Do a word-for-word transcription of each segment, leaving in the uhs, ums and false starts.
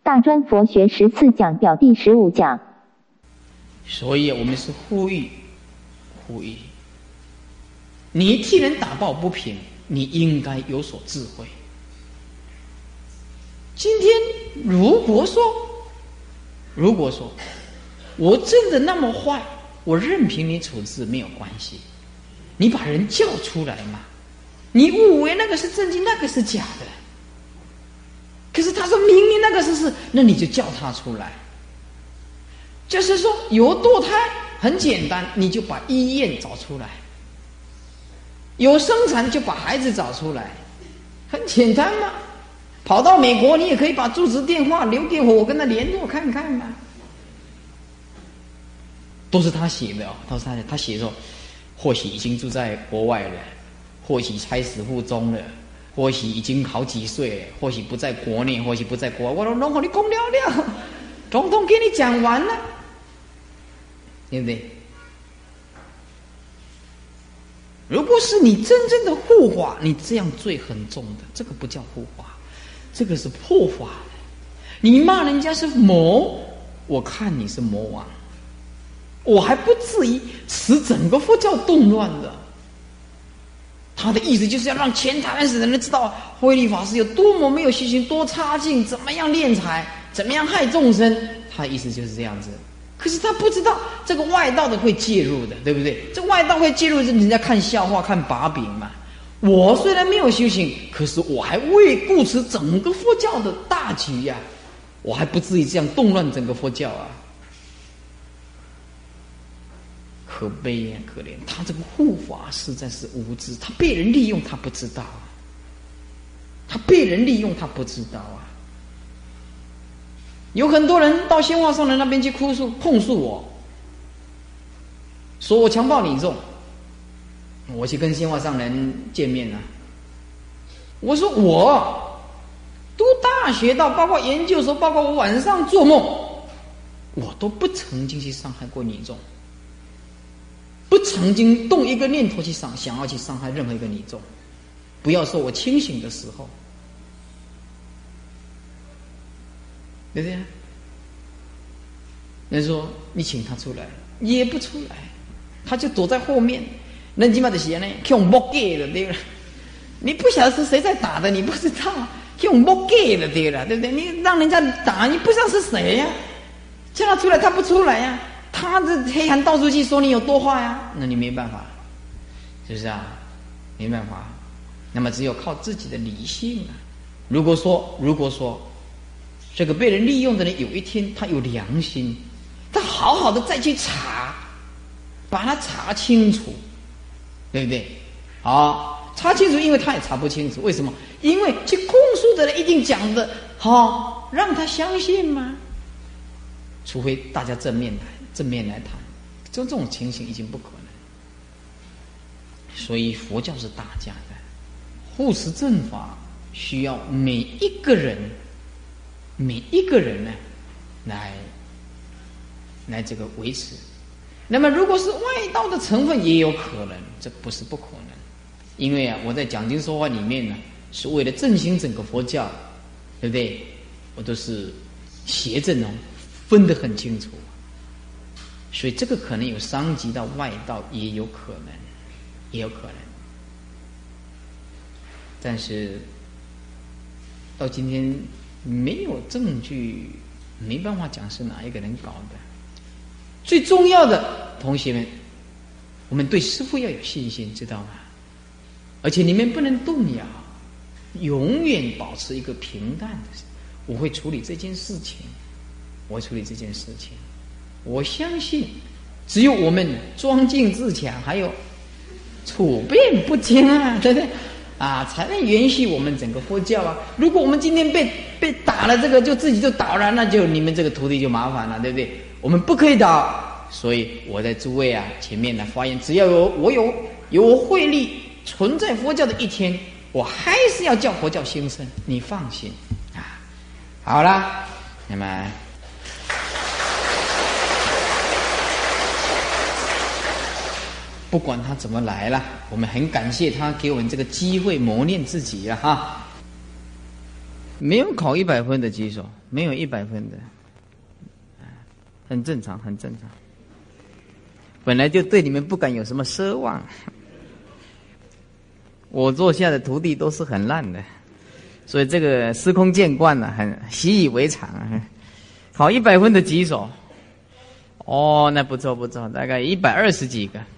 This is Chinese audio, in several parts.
大专佛学十四讲表第十五讲。 所以我们是呼吁，呼吁你替人打抱不平，你应该有所智慧。今天如果说，如果说我真的那么坏，我任凭你处置没有关系，你把人叫出来嘛，你误为那个是正经，那个是假的。可是他说明明那个是是，那你就叫他出来。就是说有堕胎很简单，你就把医院找出来；有生产就把孩子找出来，很简单嘛。跑到美国，你也可以把住址电话留给我，我跟他联络看看嘛。都是他写的哦，都是他写的。他写说，或许已经住在国外了，或许胎死腹中了，或许已经好几岁了，或许不在国内，或许不在国外。我都拢和你讲了了，统统给你讲完了，对不对？如果是你真正的护法，你这样罪很重的，这个不叫护法，这个是破法的。你骂人家是魔，我看你是魔王，我还不至于使整个佛教动乱的。他的意思就是要让全台湾省人知道慧律法师有多么没有修行，多差劲，怎么样敛财，怎么样害众生。他的意思就是这样子。可是他不知道这个外道的会介入的，对不对？这外道会介入，人家看笑话看把柄嘛。我虽然没有修行，可是我还为顾持整个佛教的大局呀、啊，我还不至于这样动乱整个佛教啊。可悲呀、啊，可怜！他这个护法实在是无知，他被人利用，他不知道啊。他被人利用，他不知道啊。有很多人到仙化上人那边去哭诉控诉我，说我强暴你众。我去跟仙化上人见面啊，我说我读大学到包括研究所，包括我晚上做梦，我都不曾经去伤害过你众，不曾经动一个念头去想想要去伤害任何一个你众，不要说我清醒的时候。对不对？人说你请他出来，也不出来，他就躲在后面。人起码的写呢，用木给的对了。你不晓得是谁在打的，你不知道，用木给的对了，对不对？你让人家打，你不知道是谁呀、啊？叫他出来，他不出来呀、啊，他这黑函到处去说你有多坏呀，那你没办法，是不是啊？没办法，那么只有靠自己的理性啊。如果说，如果说。这个被人利用的人，有一天他有良心，他好好的再去查，把他查清楚，对不对？好，查清楚，因为他也查不清楚，为什么？因为去控诉的人一定讲的好，让他相信吗？除非大家正面来，正面来谈，就这种情形已经不可能。所以佛教是大家的，护持正法需要每一个人。每一个人呢，来来这个维持。那么，如果是外道的成分，也有可能，这不是不可能。因为啊，我在讲经说法里面呢，是为了振兴整个佛教，对不对？我都是邪正哦，分得很清楚。所以这个可能有伤及到外道，也有可能，也有可能。但是到今天。没有证据，没办法讲是哪一个人搞的。最重要的，同学们，我们对师父要有信心，知道吗？而且你们不能动摇，永远保持一个平淡的。我会处理这件事情，我会处理这件事情。我相信，只有我们庄敬自强，还有处变不惊啊，对不对？啊，才能延续我们整个佛教啊！如果我们今天被被打了，这个就自己就倒了，那就你们这个徒弟就麻烦了，对不对？我们不可以倒，所以我在诸位啊前面来发言，只要有我有有我慧力存在佛教的一天，我还是要叫佛教兴盛，你放心啊！好了，那么。不管他怎么来了，我们很感谢他给我们这个机会磨练自己了哈。 没有考一百分的举手，没有一百分的，很正常，很正常。本来就对你们不敢有什么奢望。我做下的徒弟都是很烂的，所以这个司空见惯了，很习以为常。考一百分的举手，哦，那不错不错，大概一百二十几个。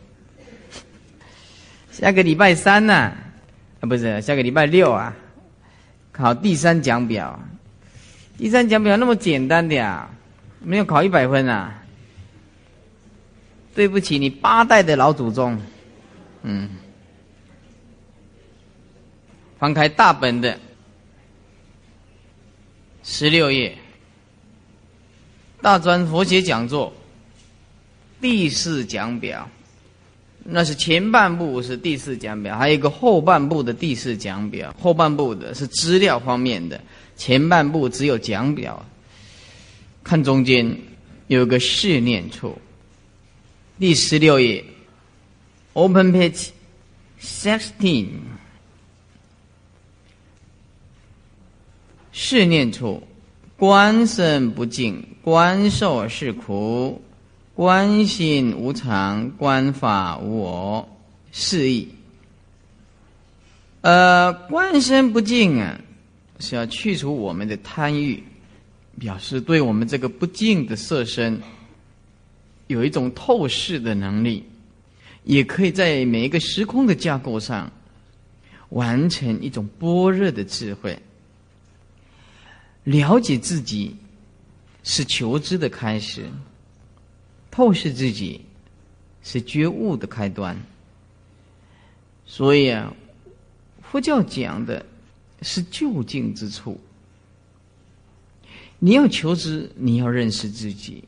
下个礼拜三呢、啊，啊不是下个礼拜六啊，考第三讲表。第三讲表那么简单的呀，没有考一百分啊。对不起，你八代的老祖宗，嗯。翻开大本的十六页，大专佛学讲座第四讲表，那是前半部是第四讲表，还有一个后半部的第四讲表。后半部的是资料方面的，前半部只有讲表。看中间有个试念处，第十六页 ，Open Page Sixteen。试念处，观身不净，观受是苦，观心无常，观法无我。释义。呃，观身不净啊，是要去除我们的贪欲，表示对我们这个不净的色身有一种透视的能力，也可以在每一个时空的架构上完成一种般若的智慧。了解自己是求知的开始，透视自己是觉悟的开端。所以啊，佛教讲的是究竟之处。你要求知，你要认识自己。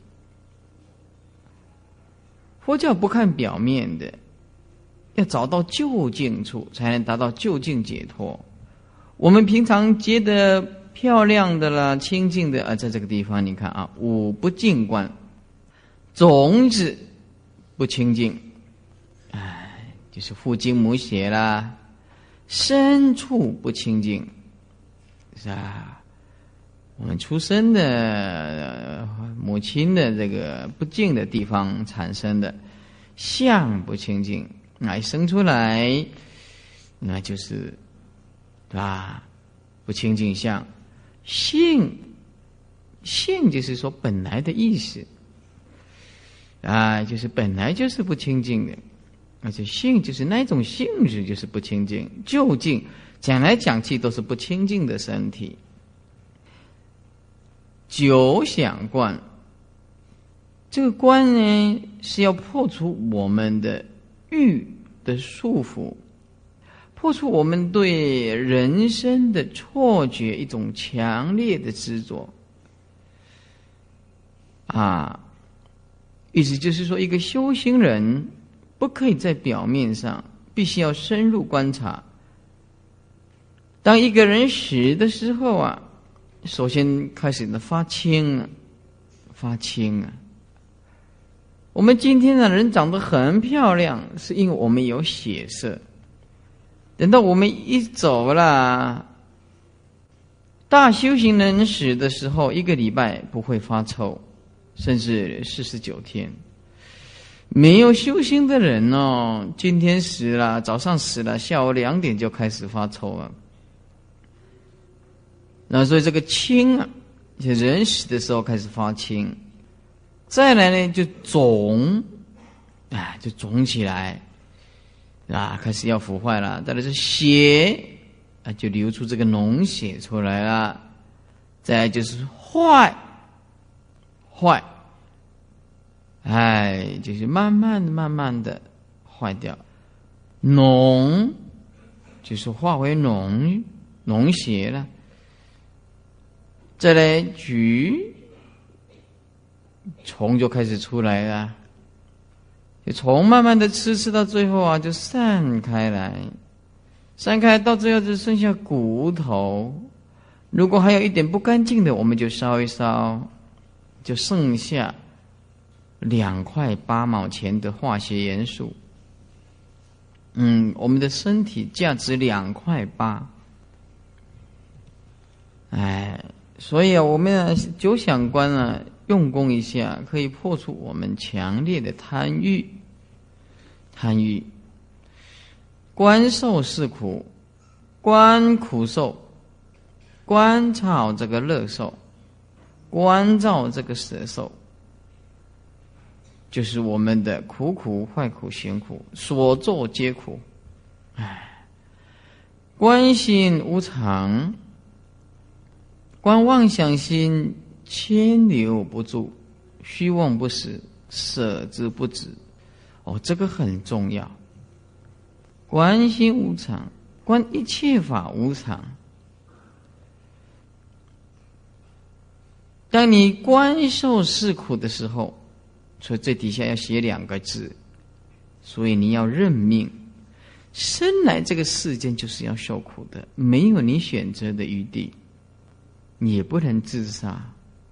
佛教不看表面的，要找到究竟处，才能达到究竟解脱。我们平常觉得漂亮的啦，清净的啊，在这个地方你看啊，五不净观，种子不清净，哎，就是父精母血啦，身处不清净，是啊，我们出生的、呃、母亲的这个不净的地方产生的相不清净，那一生出来，那就是对吧？不清净相。性，性就是说本来的意思，啊，就是本来就是不清净的，而且性就是那种性质就是不清净。究竟讲来讲去都是不清净的身体。九想观，这个观呢是要破除我们的欲的束缚，破除我们对人生的错觉一种强烈的执着啊，意思就是说，一个修行人不可以在表面上，必须要深入观察。当一个人死的时候啊，首先开始的发青啊，发青啊。我们今天的人长得很漂亮，是因为我们有血色。等到我们一走了，大修行人死的时候，一个礼拜不会发臭，甚至四十九天。没有修行的人哦，今天死了，早上死了，下午两点就开始发臭了。那所以这个青啊，就人死的时候开始发青。再来呢，就肿，啊，就肿起来。啊，开始要腐坏了。再来是血啊，就流出这个脓血出来了。再来就是坏，坏，哎，就是慢慢的、慢慢的坏掉。脓就是化为脓脓血了。再来菊，虫就开始出来了。虫慢慢的吃，吃到最后啊，就散开来，散开到最后就剩下骨头。如果还有一点不干净的，我们就烧一烧，就剩下两块八毛钱的化学元素。嗯，我们的身体价值两块八哎，所以啊，我们啊九想观啊，用功一下，可以破除我们强烈的贪欲。贪欲，观受是苦，观苦受，观照这个乐受，观照这个舍受，就是我们的苦苦、坏苦、行苦，所作皆苦。哎，观心无常，观妄想心牵流不住，虚妄不实，舍之不止。哦，这个很重要。观心无常，观一切法无常。当你观受是苦的时候，所以这底下要写两个字，所以你要认命。生来这个世间就是要受苦的，没有你选择的余地，你也不能自杀。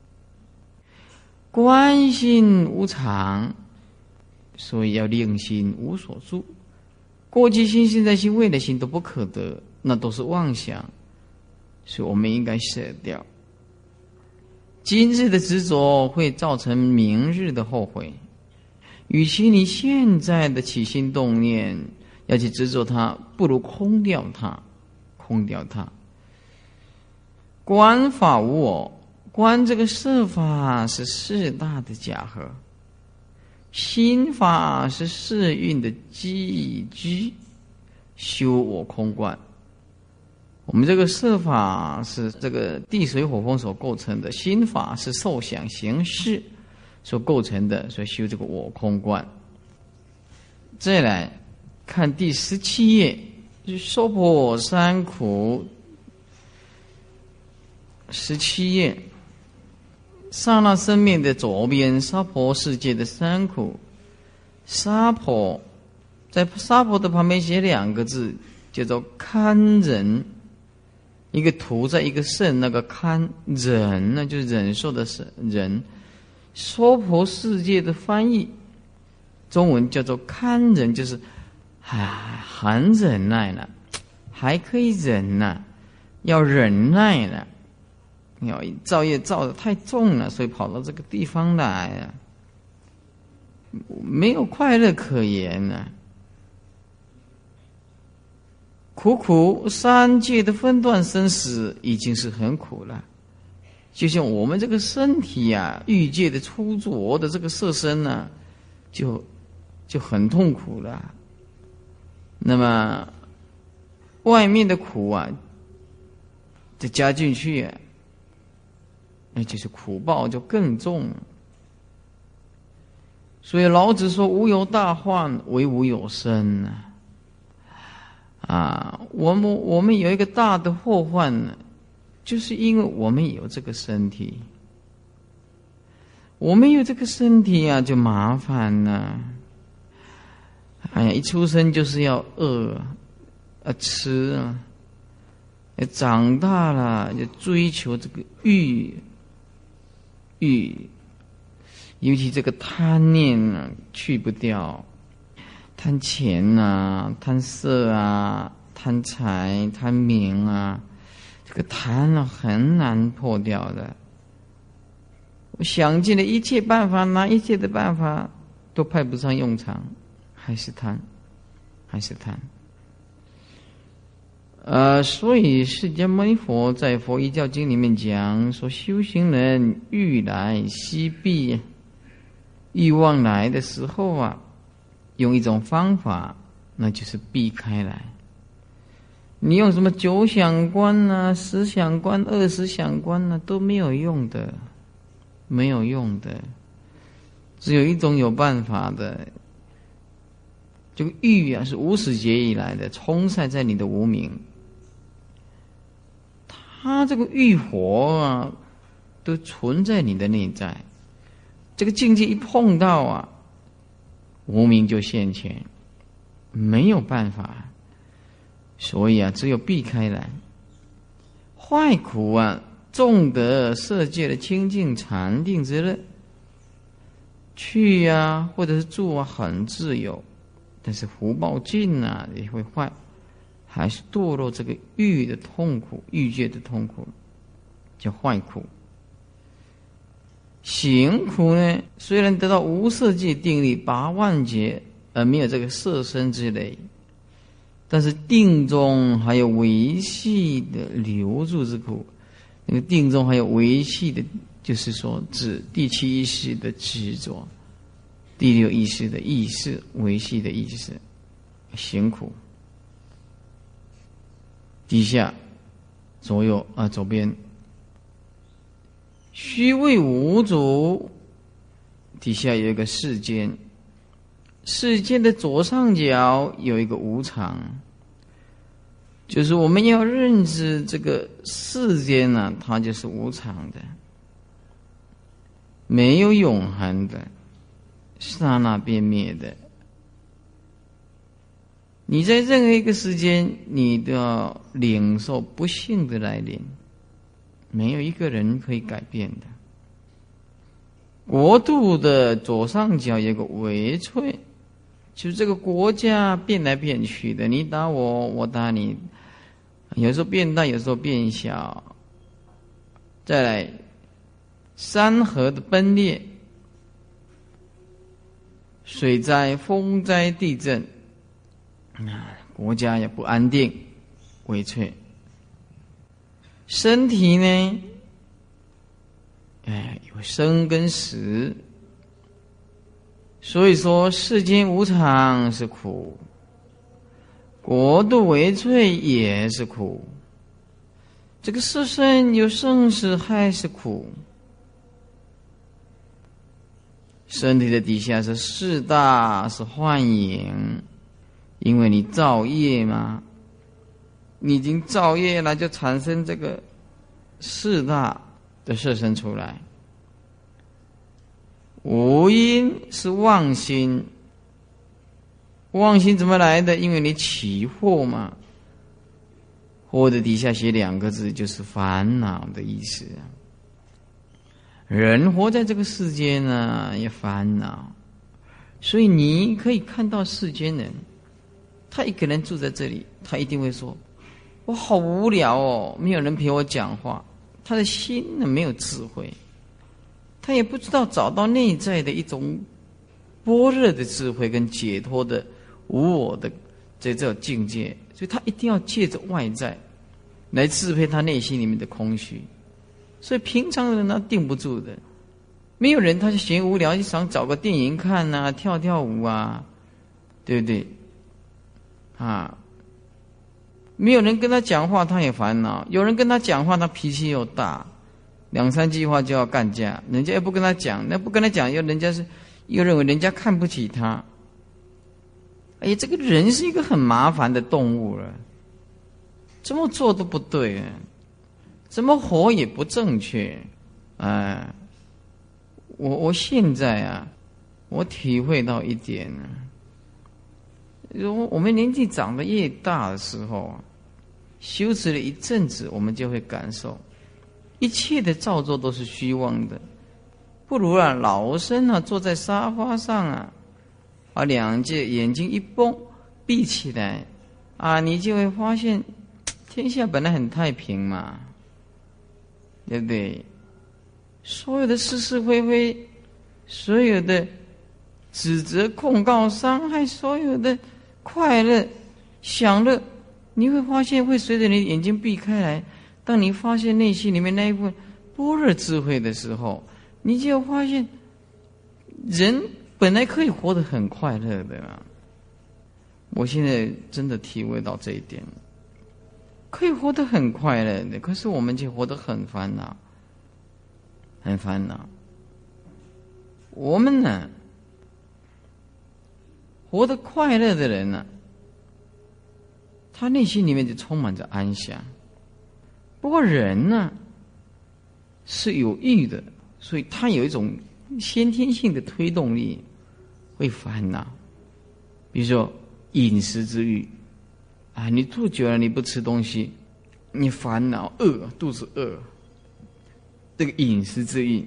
观心无常，所以要令心无所住。过去心、现在心、未来心都不可得，那都是妄想，所以我们应该舍掉。今日的执着会造成明日的后悔，与其你现在的起心动念要去执着它，不如空掉它，空掉它。观法无我，观这个色法是四大的假合，心法是四蕴的寄居，修我空观。我们这个色法是这个地水火风所构成的，心法是受想行识所构成的，所以修这个我空观。再来看第十七页，说破三苦。十七页，刹那生命的左边，娑婆世界的三苦。娑婆，在娑婆的旁边写两个字，叫做堪忍。一个土在一个胜，那个堪忍呢，就是忍受的忍。娑婆世界的翻译，中文叫做堪忍，就是啊，很忍耐了，还可以忍呢，要忍耐了。要造业造得太重了，所以跑到这个地方来啊，没有快乐可言啊。苦苦三界的分段生死已经是很苦了，就像我们这个身体啊，欲界的粗浊的这个色身呢、啊，就就很痛苦了。那么外面的苦啊，再加进去啊，那就是苦报就更重了。所以老子说：“无有大患，唯无有生啊。”啊，我们我们有一个大的祸患呢，就是因为我们有这个身体，我们有这个身体啊，就麻烦了。哎呀，一出生就是要饿啊，吃啊，长大了就追求这个欲欲，尤其这个贪念啊，去不掉。贪钱啊，贪色啊，贪财，贪名啊，这个贪啊很难破掉的。我想尽了一切办法，拿一切的办法都派不上用场，还是贪，还是贪。呃，所以释迦牟尼佛在《佛遗教经》里面讲说，修行人欲来昔避，欲望来的时候啊，用一种方法，那就是避开来。你用什么九想观啊、十想观、二十想观啊，都没有用的，没有用的。只有一种有办法的，这个欲啊，是无始劫以来的冲塞在你的无明。它这个欲火啊，都存在你的内在。这个境界一碰到啊，无明就现前，没有办法，所以啊，只有避开来。坏苦啊，重得色界的清净禅定之乐，去啊或者是住啊很自由，但是福报尽啊也会坏，还是堕落这个欲的痛苦，欲界的痛苦。 叫坏苦。行苦呢，虽然得到无色界定力八万劫，而没有这个色身之类，但是定中还有维系的留住之苦。那个定中还有维系的，就是说指第七意识的执着，第六意识的意识，维系的意识，行苦。底下左右啊，左边虚位无主，底下有一个世间，世间的左上角有一个无常，就是我们要认知这个世间呢、啊，它就是无常的，没有永恒的，刹那变灭的。你在任何一个时间，你都要领受不幸的来临，没有一个人可以改变的。国度的左上角有个微脆，就是这个国家变来变去的，你打我，我打你，有时候变大，有时候变小。再来，山河的崩裂，水灾、风灾、地震，国家也不安定，微脆。身体呢，哎，有生跟死，所以说世间无常是苦，国度微脆也是苦。这个色身有生死还是苦。身体的底下是四大，是幻影，因为你造业嘛，你已经造业了，就产生这个四大的色身出来。无因是妄心，妄心怎么来的？因为你起惑嘛，惑的底下写两个字，就是烦恼的意思。人活在这个世间呢，也烦恼，所以你可以看到世间人，他一个人住在这里，他一定会说：“我好无聊哦，没有人陪我讲话。”他的心呢没有智慧，他也不知道找到内在的一种般若的智慧跟解脱的无我的这种境界，所以他一定要借着外在来支配他内心里面的空虚。所以平常人他定不住的，没有人他就嫌无聊，就想找个电影看啊，跳跳舞啊，对不对？啊，没有人跟他讲话，他也烦恼；有人跟他讲话，他脾气又大，两三句话就要干架。人家又不跟他讲，那不跟他讲，又人家是又认为人家看不起他。哎，这个人是一个很麻烦的动物了，怎么做都不对，怎么活也不正确。哎，我我现在啊，我体会到一点呢。如果我们年纪长得越大的时候啊，修持了一阵子，我们就会感受，一切的造作都是虚妄的。不如啊，老生啊，坐在沙发上啊，啊，两只眼睛一绷闭起来，啊，你就会发现，天下本来很太平嘛，对不对？所有的是是非非，所有的指责、控告、伤害，所有的快乐、享乐，你会发现会随着你眼睛闭开来。当你发现内心里面那一部分般若智慧的时候，你就发现人本来可以活得很快乐的啊！我现在真的体会到这一点，可以活得很快乐的，可是我们就活得很烦恼，很烦恼。我们呢，活得快乐的人呢，他内心里面就充满着安详。不过人呢是有欲的，所以他有一种先天性的推动力，会烦恼。比如说饮食之欲啊，你肚久了你不吃东西，你烦恼饿，肚子饿，这个饮食之欲。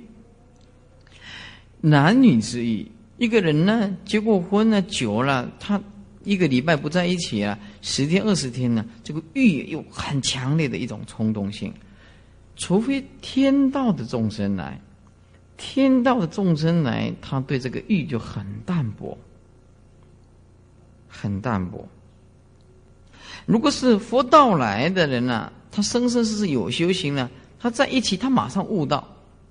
男女之欲，一个人呢结过婚了久了，他一个礼拜不在一起了，十天二十天了，这个欲有很强烈的一种冲动性。 除非天道的众生来，天道的众生来，他对这个欲就很淡薄，很淡薄。如果是佛道来的人啊，他生生世世有修行呢，他在一起，他马上悟到，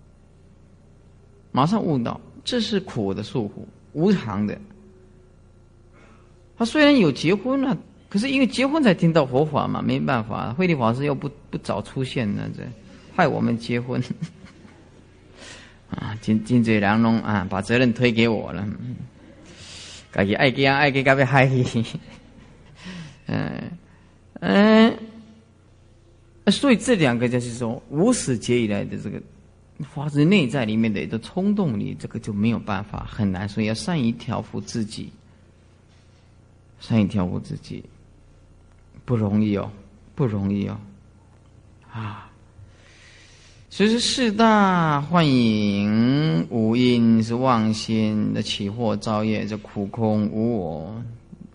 马上悟到，这是苦的束缚，无常的。他虽然有结婚了、啊，可是因为结婚才听到佛法嘛，没办法，慧理法师又不不早出现呢，这害我们结婚啊，真真侪人拢啊，把责任推给我了，自己爱嫁爱嫁，到要害去，嗯嗯，所以这两个就是说，无始劫以来的这个发自内在里面的一个冲动力，这个就没有办法，很难，所以要善于调伏自己，善于调伏自己，不容易哦，不容易哦，啊。所以说四大幻影五阴是妄心的起惑造业，这苦空无我。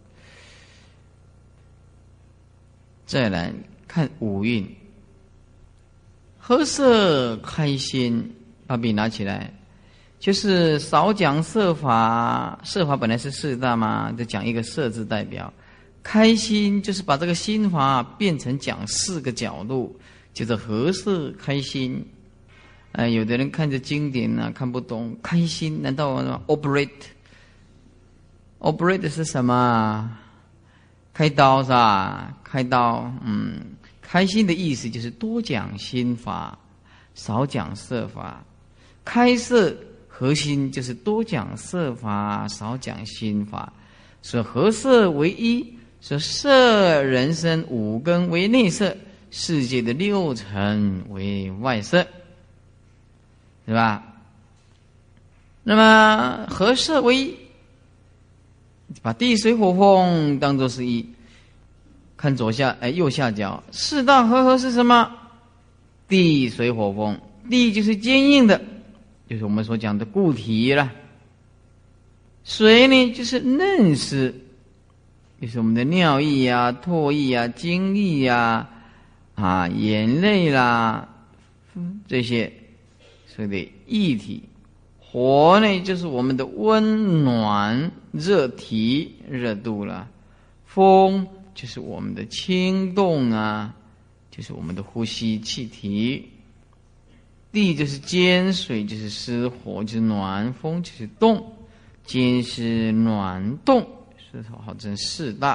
再来看五蕴，何色开心？把笔拿起来，就是少讲色法，色法本来是四大嘛，就讲一个色字代表。开心就是把这个心法变成讲四个角度。就是何色开心？哎，有的人看着经典呢、啊，看不懂。开心难道 operate operate 是什么？开刀是吧？开刀，嗯，开心的意思就是多讲心法，少讲色法。开色核心就是多讲色法，少讲心法。所以何色为一？说色人生五根为内色。世界的六尘为外色，是吧？那么何色为一？把地水火风当作是一，看左下哎右下角，四大和合是什么？地水火风。地就是坚硬的，就是我们所讲的固体了。水呢就是嫩湿，就是我们的尿液啊、唾液啊、精液啊。啊，眼泪啦，这些所谓的液体。火呢，就是我们的温暖、热体、热度了。风就是我们的轻动啊，就是我们的呼吸气体。地就是坚，水就是湿，火就是暖，风就是动，坚湿暖动，是好这四大。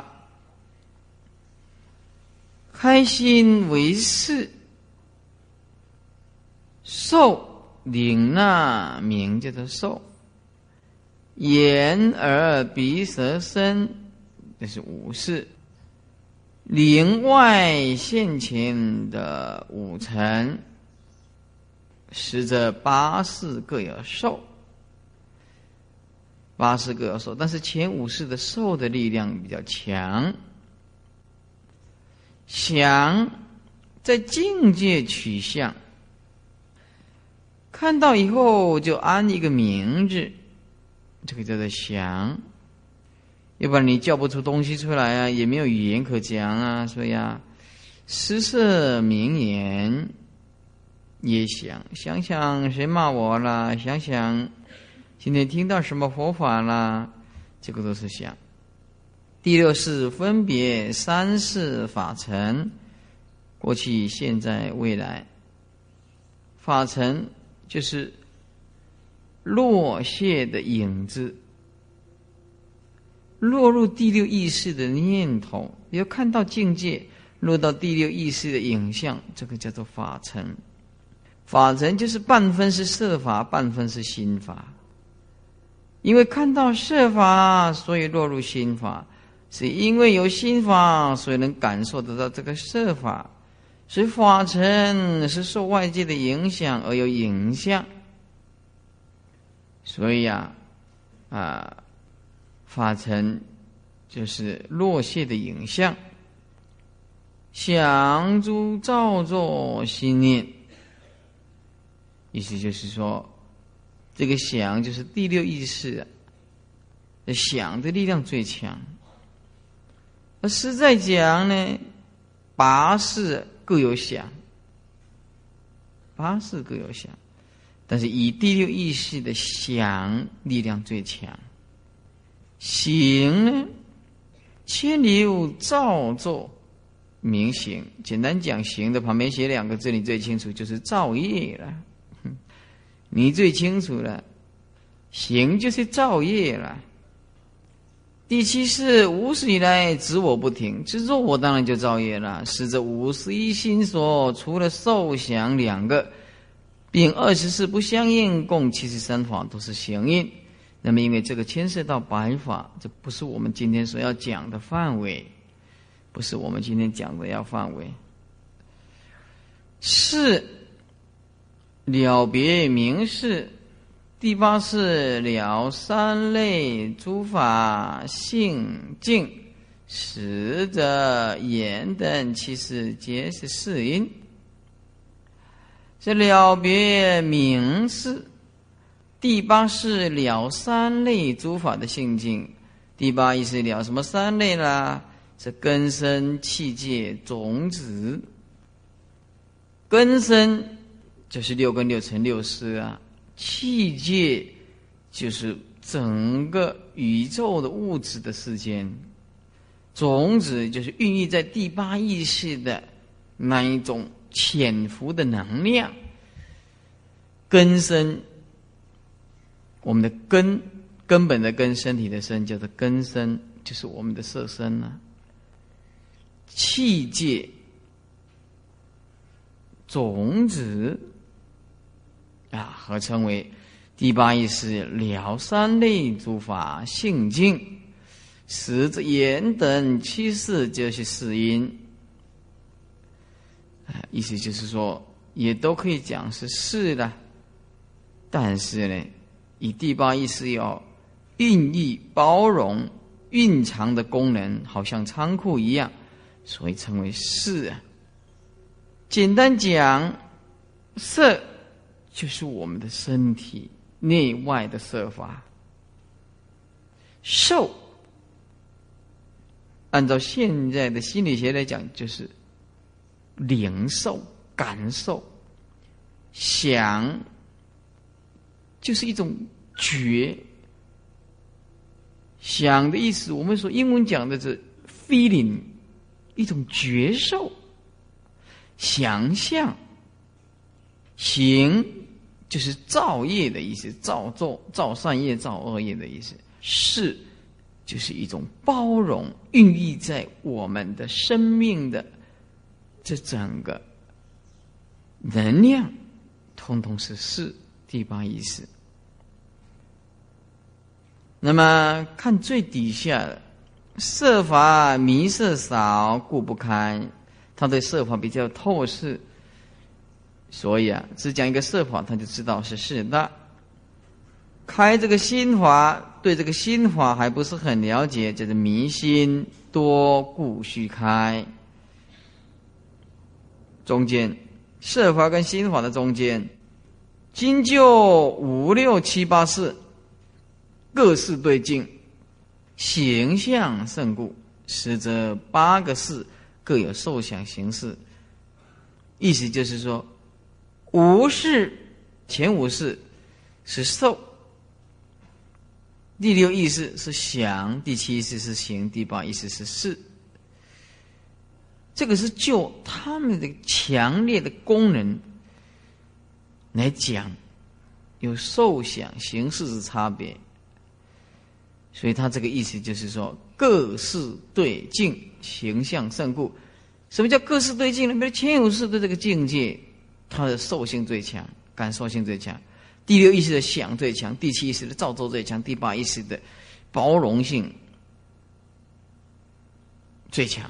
开心为事，受领纳名叫做受，眼耳鼻舌身，这是五事。领外现前的五尘，实则八事各有受，八事各有受，但是前五事的受的力量比较强。想在境界取向，看到以后就安一个名字，这个叫做想。要不然你叫不出东西出来啊，也没有语言可讲啊，所以啊，诗色名言也想，想想谁骂我啦，想想今天听到什么佛法啦，这个都是想。第六是分别三世法尘，过去、现在、未来。法尘就是落谢的影子，落入第六意识的念头，要看到境界，落到第六意识的影像，这个叫做法尘。法尘就是半分是色法，半分是心法。因为看到色法，所以落入心法。是因为有心法，所以能感受得到这个色法。所以法尘是受外界的影响而有影像。所以啊，啊，法尘就是落谢的影像。想诸造作心念，意思就是说，这个想就是第六意识，想的力量最强。而实在讲呢，八事各有想， 八识各有想，但是以第六意识的想力量最强。行呢，牵流造作名行。简单讲，行的旁边写两个字，你最清楚，就是造业了。你最清楚了，行就是造业了。第七是无始以来执我不停，执着我当然就造业了。使这五十一心所，除了受想两个，并二十四不相应，共七十三法都是行因。那么因为这个牵涉到白法，这不是我们今天所要讲的范围，不是我们今天讲的要范围。是了别明示。第八是了三类诸法性境，实则言等其实皆是世因。这了别明示。第八是了三类诸法的性境。第八意是了什么三类啦？是根身、器界、种子。根身就是六根六尘六识啊。器界就是整个宇宙的物质的世间，种子就是孕育在第八意识的那一种潜伏的能量。根身，我们的根，根本的根，身体的身，叫做根身，就是我们的色身啊。器界，种子啊，合称为第八意识了三类诸法性境，实则言等七事就是世因。啊，意思就是说，也都可以讲是事的，但是呢，以第八意识要孕育、包容、蕴藏的功能，好像仓库一样，所以称为事啊。简单讲，色就是我们的身体内外的色法。受，按照现在的心理学来讲，就是灵受、感受。想，就是一种觉。想的意思，我们说英文讲的是 feeling， 一种觉受。想象，行就是造业的意思，造作、造善业、造恶业的意思。事就是一种包容，孕育在我们的生命的这整个能量，通通是事，第八意识。那么看最底下的，色法迷色少，故不开。他对色法比较透视，所以啊，只讲一个色法，他就知道是事的。开这个心法，对这个心法还不是很了解，就是迷心多，故须开。中间，色法跟心法的中间，今就五六七八四，各事对境，形象胜故，实则八个事各有受想行识。意思就是说，五事前五事是受，第六意识是想，第七意识是行，第八意识是识。这个是就他们的强烈的功能来讲，有受想行识的差别。所以他这个意思就是说，各事对境，形象胜故。什么叫各事对境呢？比如前五识的这个境界，它的受性最强，感受性最强；第六意识的想最强，第七意识的造作最强，第八意识的包容性最强。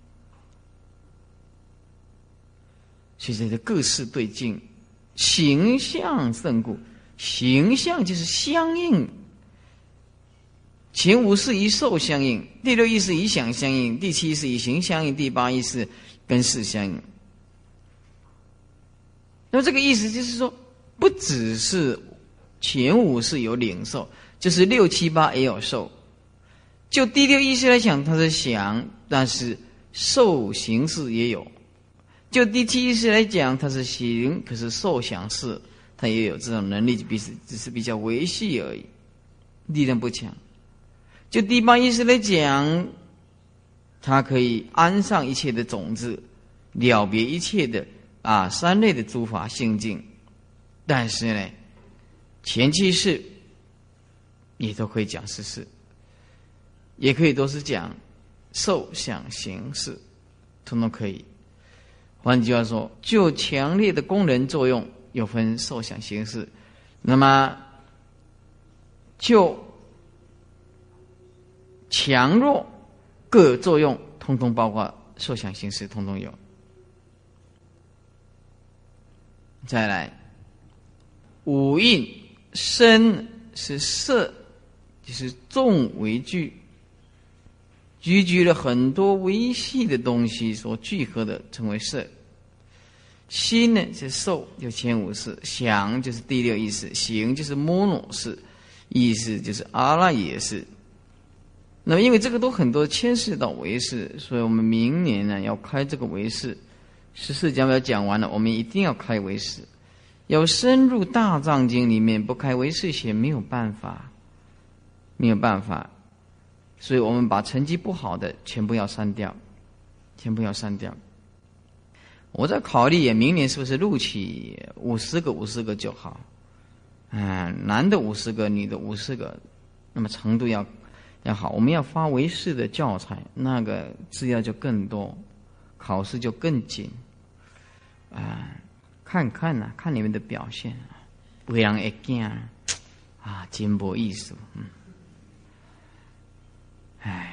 所以这个各事对境，形象胜故。形象就是相应。前五识以受相应，第六意识以想相应，第七意识以行相应，第八意识跟识相应。那么这个意思就是说，不只是前五识有领受，就是六七八也有受。就第六意识来讲，它是想，但是受行识也有。 就第七意识来讲，它是形，可是受想事，它也有这种能力，只是只是比较微细而已，力量不强。就第八意识来讲，它可以安上一切的种子，了别一切的啊三类的诸法性境，但是呢，前七识也都可以讲是事，也可以都是讲受想行识，统统可以。换句话说，就强烈的功能作用有分受想行识，那么就强弱各作用，通通包括受想行识，通通有。再来，五蕴身是色，就是众为具，聚集了很多微细的东西所聚合的，称为色。心呢是受，就前五识；想就是第六意识；行就是摩罗识；意识就是阿赖耶识。那么因为这个都很多牵涉到唯识，所以我们明年呢要开这个唯识。十四讲要讲完了，我们一定要开唯识，要深入大藏经里面，不开唯识学没有办法，没有办法。所以我们把成绩不好的全部要删掉，全部要删掉。我在考虑也明年是不是录取五十个五十个就好，嗯，男的五十个，女的五十个，那么程度要要好。我们要发唯识的教材，那个资料就更多，考试就更紧啊！看看呐、啊，看你们的表现，为人会惊啊，真没意思，嗯，唉。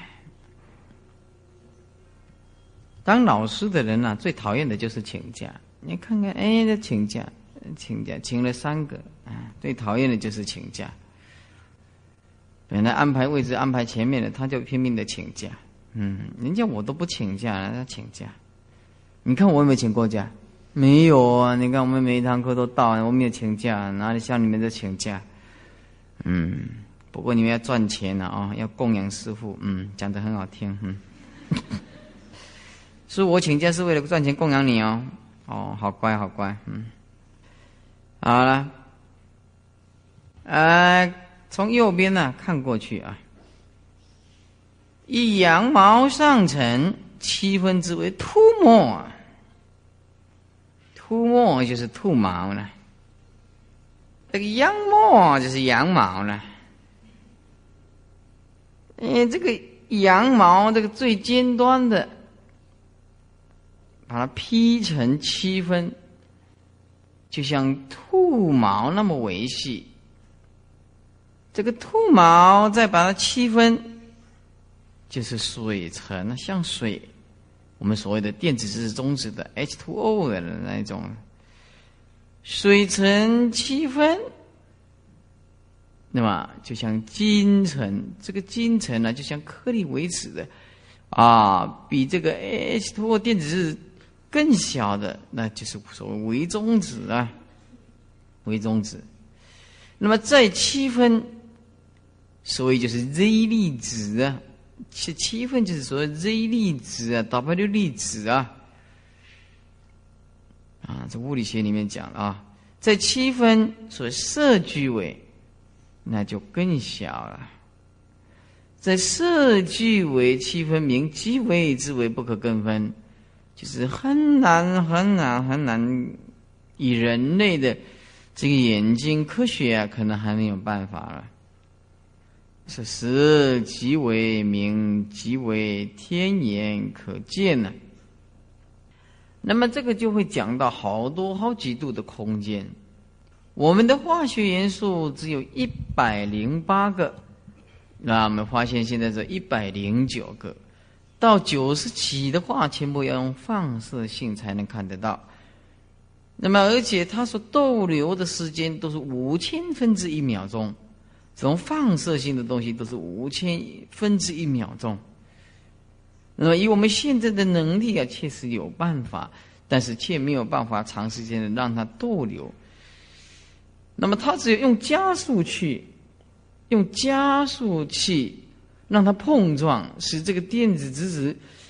当老师的人啊，最讨厌的就是请假。你看看，哎，这请假，请假，请了三个啊，最讨厌的就是请假。本来安排位置安排前面的，他就拼命的请假。嗯，人家我都不请假，他请假。你看我有没有请过假？没有啊！你看我们每一堂课都到，我没有请假，哪里像你们在请假？嗯，不过你们要赚钱啊，哦，要供养师父。嗯，讲得很好听，嗯。所以我请假是为了赚钱供养你哦。哦，好乖，好乖，嗯。好了，呃，从右边呢、啊、看过去啊，以羊毛上层七分之为秃墨，秃墨就是兔毛了，这个羊毛就是羊毛了。呃，这个羊毛这个最尖端的，把它劈成七分，就像兔毛那么微细。这个兔毛再把它七分，就是水层，像水，我们所谓的电子质中子的 H 二 O 的那种水层七分，那么就像金层，这个金层呢，就像颗粒为止的啊，比这个 H 二 O 电子质更小的，那就是所谓微中子啊，微中子。那么再七分，所以就是 Z 粒子啊，是七分就是所谓 Z 粒子啊 ，W 粒子啊，啊，这物理学里面讲了啊，在七分所色聚为，那就更小了。在色聚为七分名即为之为不可更分。就是很难很难很难，以人类的这个眼睛科学啊，可能还没有办法了。是实即为明，即为天眼可见呢、啊。那么这个就会讲到好多好几度的空间。我们的化学元素只有一百零八个，那我们发现现在是一百零九个。到九十几的话，全部要用放射性才能看得到。那么，而且它所逗留的时间都是五千分之一秒钟，这种放射性的东西都是五千分之一秒钟。那么，以我们现在的能力啊，确实有办法，但是却没有办法长时间的让它逗留。那么，它只有用加速器，用加速器。让它碰撞，使这个电子质子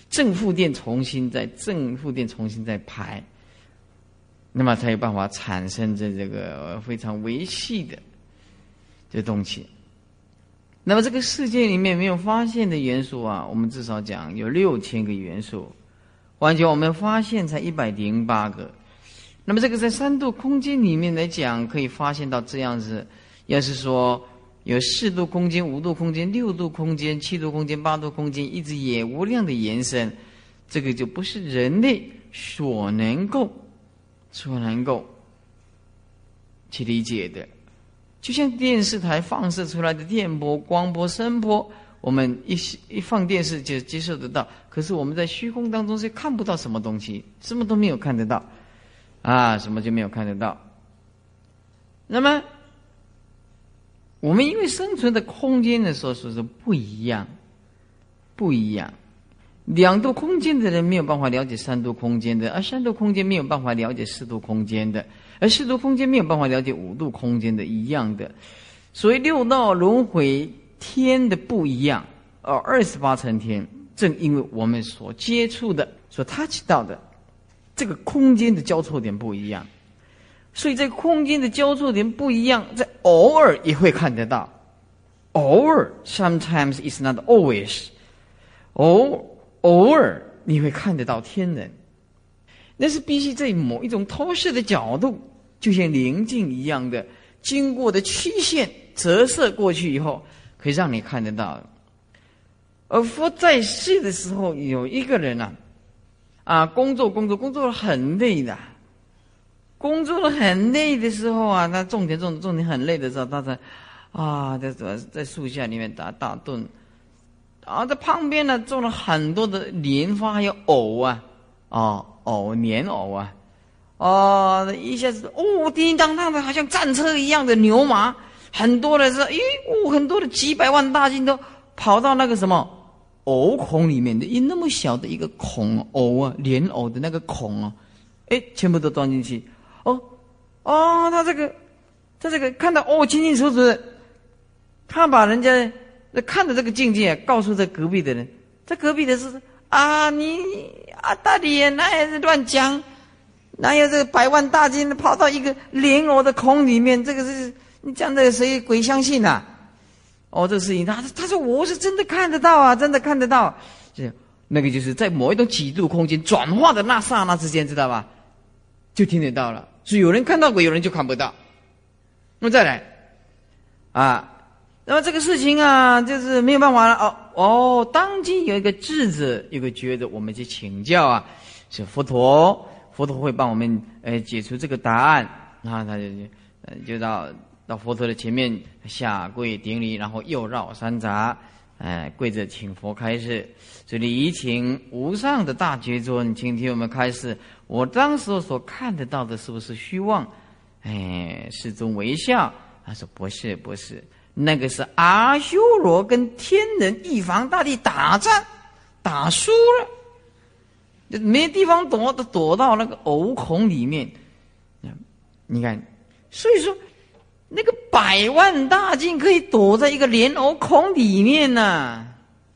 正负电重新再正负电重新再排，那么才有办法产生这这个非常微细的这东西。那么这个世界里面没有发现的元素啊，我们至少讲有六千个元素，完全我们发现才一百零八个。那么这个在三度空间里面来讲，可以发现到这样子。要是说有四度空间、五度空间、六度空间、七度空间、八度空间，一直也无量的延伸，这个就不是人类所能够所能够去理解的。就像电视台放射出来的电波、光波、声波，我们一一放电视就接受得到，可是我们在虚空当中是看不到什么东西，什么都没有看得到啊，什么就没有看得到。那么我们因为生存的空间的时候说是不一样，不一样。两度空间的人没有办法了解三度空间的，而三度空间没有办法了解四度空间的，而四度空间没有办法了解五度空间的，一样的。所以六道轮回天的不一样，而二十八层天，正因为我们所接触的、所 touch 到的这个空间的交错点不一样，所以这个空间的交错点不一样，在偶尔也会看得到，偶尔 sometimes it's not always， 偶偶尔你会看得到天人，那是必须在某一种透视的角度，就像棱镜一样的，经过的曲线折射过去以后，可以让你看得到。而佛在世的时候，有一个人啊，啊，工作工作工作很累的，工作了很累的时候啊，他种田种种田很累的时候，他在啊，在在树下里面打打盹。啊，在旁边呢种了很多的莲花，还有藕啊，哦，藕莲藕啊，哦，一下子哦，叮叮当当的，好像战车一样的牛马，很多的是，咦，哦，很多的几百万大军都跑到那个什么藕孔里面的，一那么小的一个孔藕啊，莲藕的那个孔啊，哎，全部都钻进去，哦，哦，他这个，他这个看到哦，清清楚楚的，他把人家。看着这个境界，告诉这隔壁的人，这隔壁的是啊，你啊大弟哪有乱讲，哪有这个百万大军跑到一个莲藕的孔里面，这个是你讲的谁鬼相信啊？哦，这个事情他他说我是真的看得到啊，真的看得到，就那个就是在某一种几度空间转化的那刹那之间，知道吧？就听得到了，所以有人看到鬼，有人就看不到。那么再来啊。那么这个事情啊，就是没有办法了哦哦。当今有一个智者，有个觉者，我们去请教啊，是佛陀，佛陀会帮我们呃解除这个答案。那他就呃就到到佛陀的前面下跪顶礼，然后右绕三匝，哎跪着请佛开示。这里仪请无上的大觉尊，请听我们开示。我当时所看得到的是不是虚妄？哎，世尊微笑，他说不是，不是。那个是阿修罗跟天人一房大帝打仗，打输了，没地方躲，都躲到那个藕孔里面。你看，所以说那个百万大军可以躲在一个莲藕孔里面呢、啊。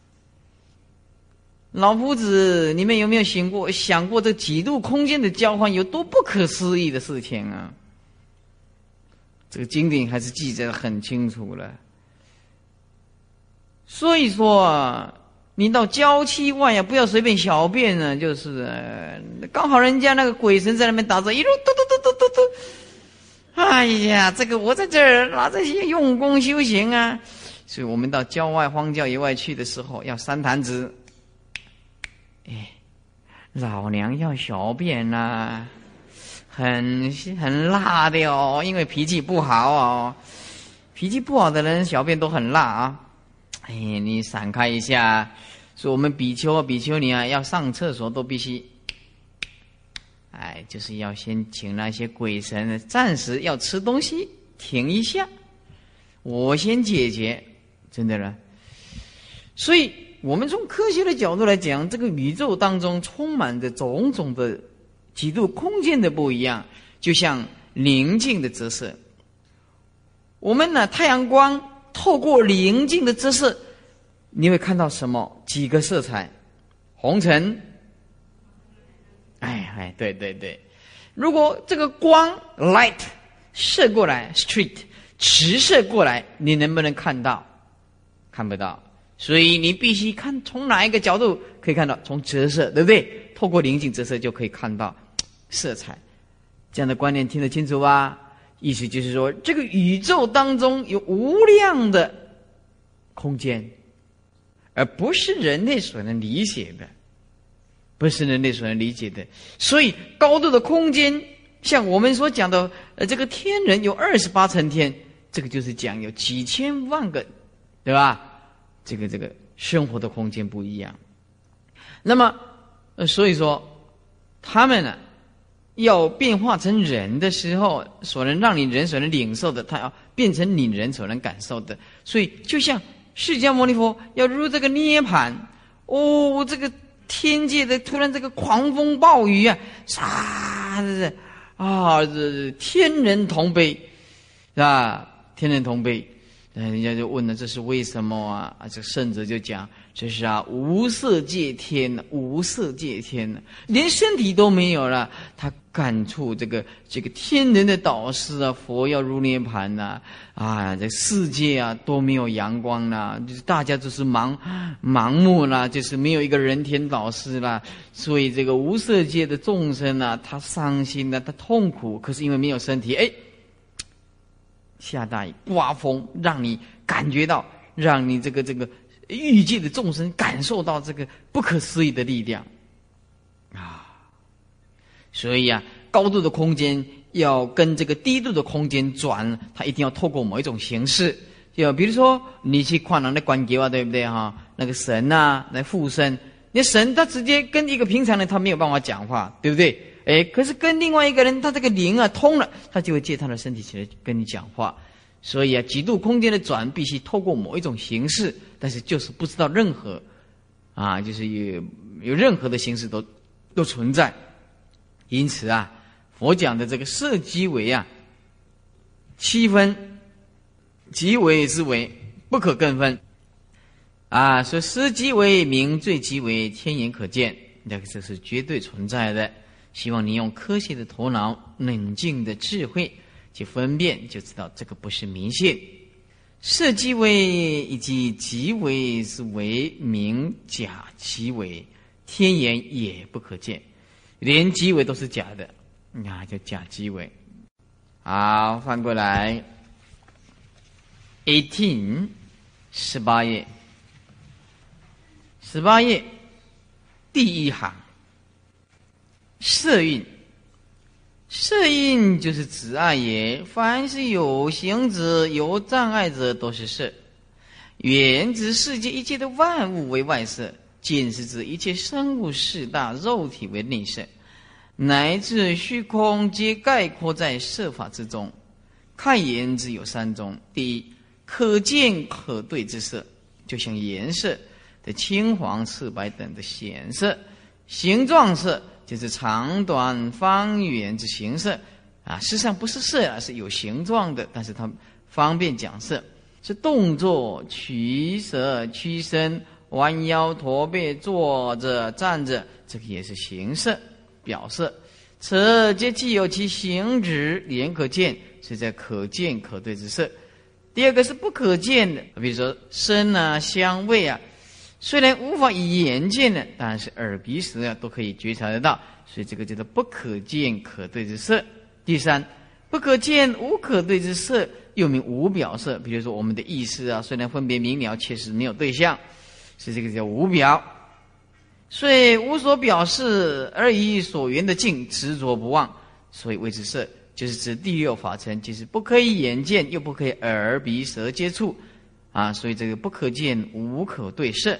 老夫子，你们有没有想过想过这几度空间的交换有多不可思议的事情啊？这个经典还是记载得很清楚了。所以说啊，你到郊区外呀，不要随便小便呢，就是、呃、刚好人家那个鬼神在那边打着，一路嘟嘟嘟嘟嘟嘟。哎呀，这个我在这儿拿这些用功修行啊。所以我们到郊外荒郊野外去的时候，要三坛子。哎，老娘要小便呐、啊。很很辣的哦，因为脾气不好哦，脾气不好的人小便都很辣啊。哎，你闪开一下。所以我们比丘比丘尼啊，要上厕所都必须，哎，就是要先请那些鬼神暂时要吃东西，停一下，我先解决，真的了。所以我们从科学的角度来讲，这个宇宙当中充满着种种的几度空间的不一样，就像棱镜的折射。我们呢，太阳光透过棱镜的折射，你会看到什么？几个色彩： 红尘。哎哎，对对对，如果这个光 light 射过来 ，street 直射过来，你能不能看到？看不到，所以你必须看从哪一个角度可以看到，从折射，对不对？透过棱镜折射就可以看到色彩。这样的观念听得清楚吧？意思就是说，这个宇宙当中有无量的空间，而不是人类所能理解的。不是人类所能理解的，所以高度的空间，像我们所讲的，呃，这个天人有二十八层天，这个就是讲有几千万个，对吧？这个这个生活的空间不一样。那么，呃，所以说，他们呢，要变化成人的时候，所能让你人所能领受的，他要变成你人所能感受的。所以，就像释迦牟尼佛要入这个涅槃，哦，这个。天界的突然这个狂风暴雨啊，唰的啊，这天人同悲，是吧？天人同悲，人家就问了，这是为什么啊？啊，这圣者就讲，这是啊，无色界天，无色界天，连身体都没有了，他感触这个这个天人的导师啊，佛要入涅槃呐，啊，这世界啊都没有阳光啦，就是大家就是盲盲目啦，就是没有一个人天导师啦，所以这个无色界的众生啊，他伤心啊，他痛苦，可是因为没有身体，哎，下大雨刮风，让你感觉到，让你这个这个欲界的众生感受到这个不可思议的力量啊。所以啊，高度的空间要跟这个低度的空间转，它一定要透过某一种形式。就比如说，你去看人的观觉啊，对不对哈？那个神啊，来附身，你神他直接跟一个平常人他没有办法讲话，对不对？哎，可是跟另外一个人，他这个灵啊通了，他就会借他的身体起来跟你讲话。所以啊，几度空间的转必须透过某一种形式，但是就是不知道任何啊，就是有有任何的形式都都存在。因此啊，佛讲的这个色即为啊，七分，即为之为不可更分啊。说色即为名，罪即为天眼可见，那个这是绝对存在的。希望你用科学的头脑、冷静的智慧去分辨，就知道这个不是迷信。色即为以及即为是为名，假即为天眼也不可见。连即为都是假的，啊，就假即为。好，翻过来 eighteen 十八页，十八页第一行，色蕴。色蕴就是指爱也，凡是有形者、有障碍者，都是色。原指世界一切的万物为外色。见是指一切生物四大肉体为内色，乃至虚空皆概括在色法之中。看颜之有三种：第一，可见可对之色，就像颜色的青黄赤白等的显色；形状色就是长短方圆之形色啊，事实上不是色啊，是有形状的，但是它方便讲色。是动作、取舍、屈伸、弯腰、驼背、坐着、站着，这个也是形色表色。此皆既有其形质，眼可见，是在可见可对之色。第二个是不可见的，比如说声啊、香味啊，虽然无法以眼见的，但是耳鼻舌啊都可以觉察得到，所以这个叫做不可见可对之色。第三，不可见无可对之色，又名无表色。比如说我们的意识啊，虽然分别明了，确实没有对象，所以这个叫无表。所以无所表示，而以所缘的境执着不忘，所以谓之色，就是指第六法尘，就是不可以眼见，又不可以耳鼻舌接触啊，所以这个不可见无可对色。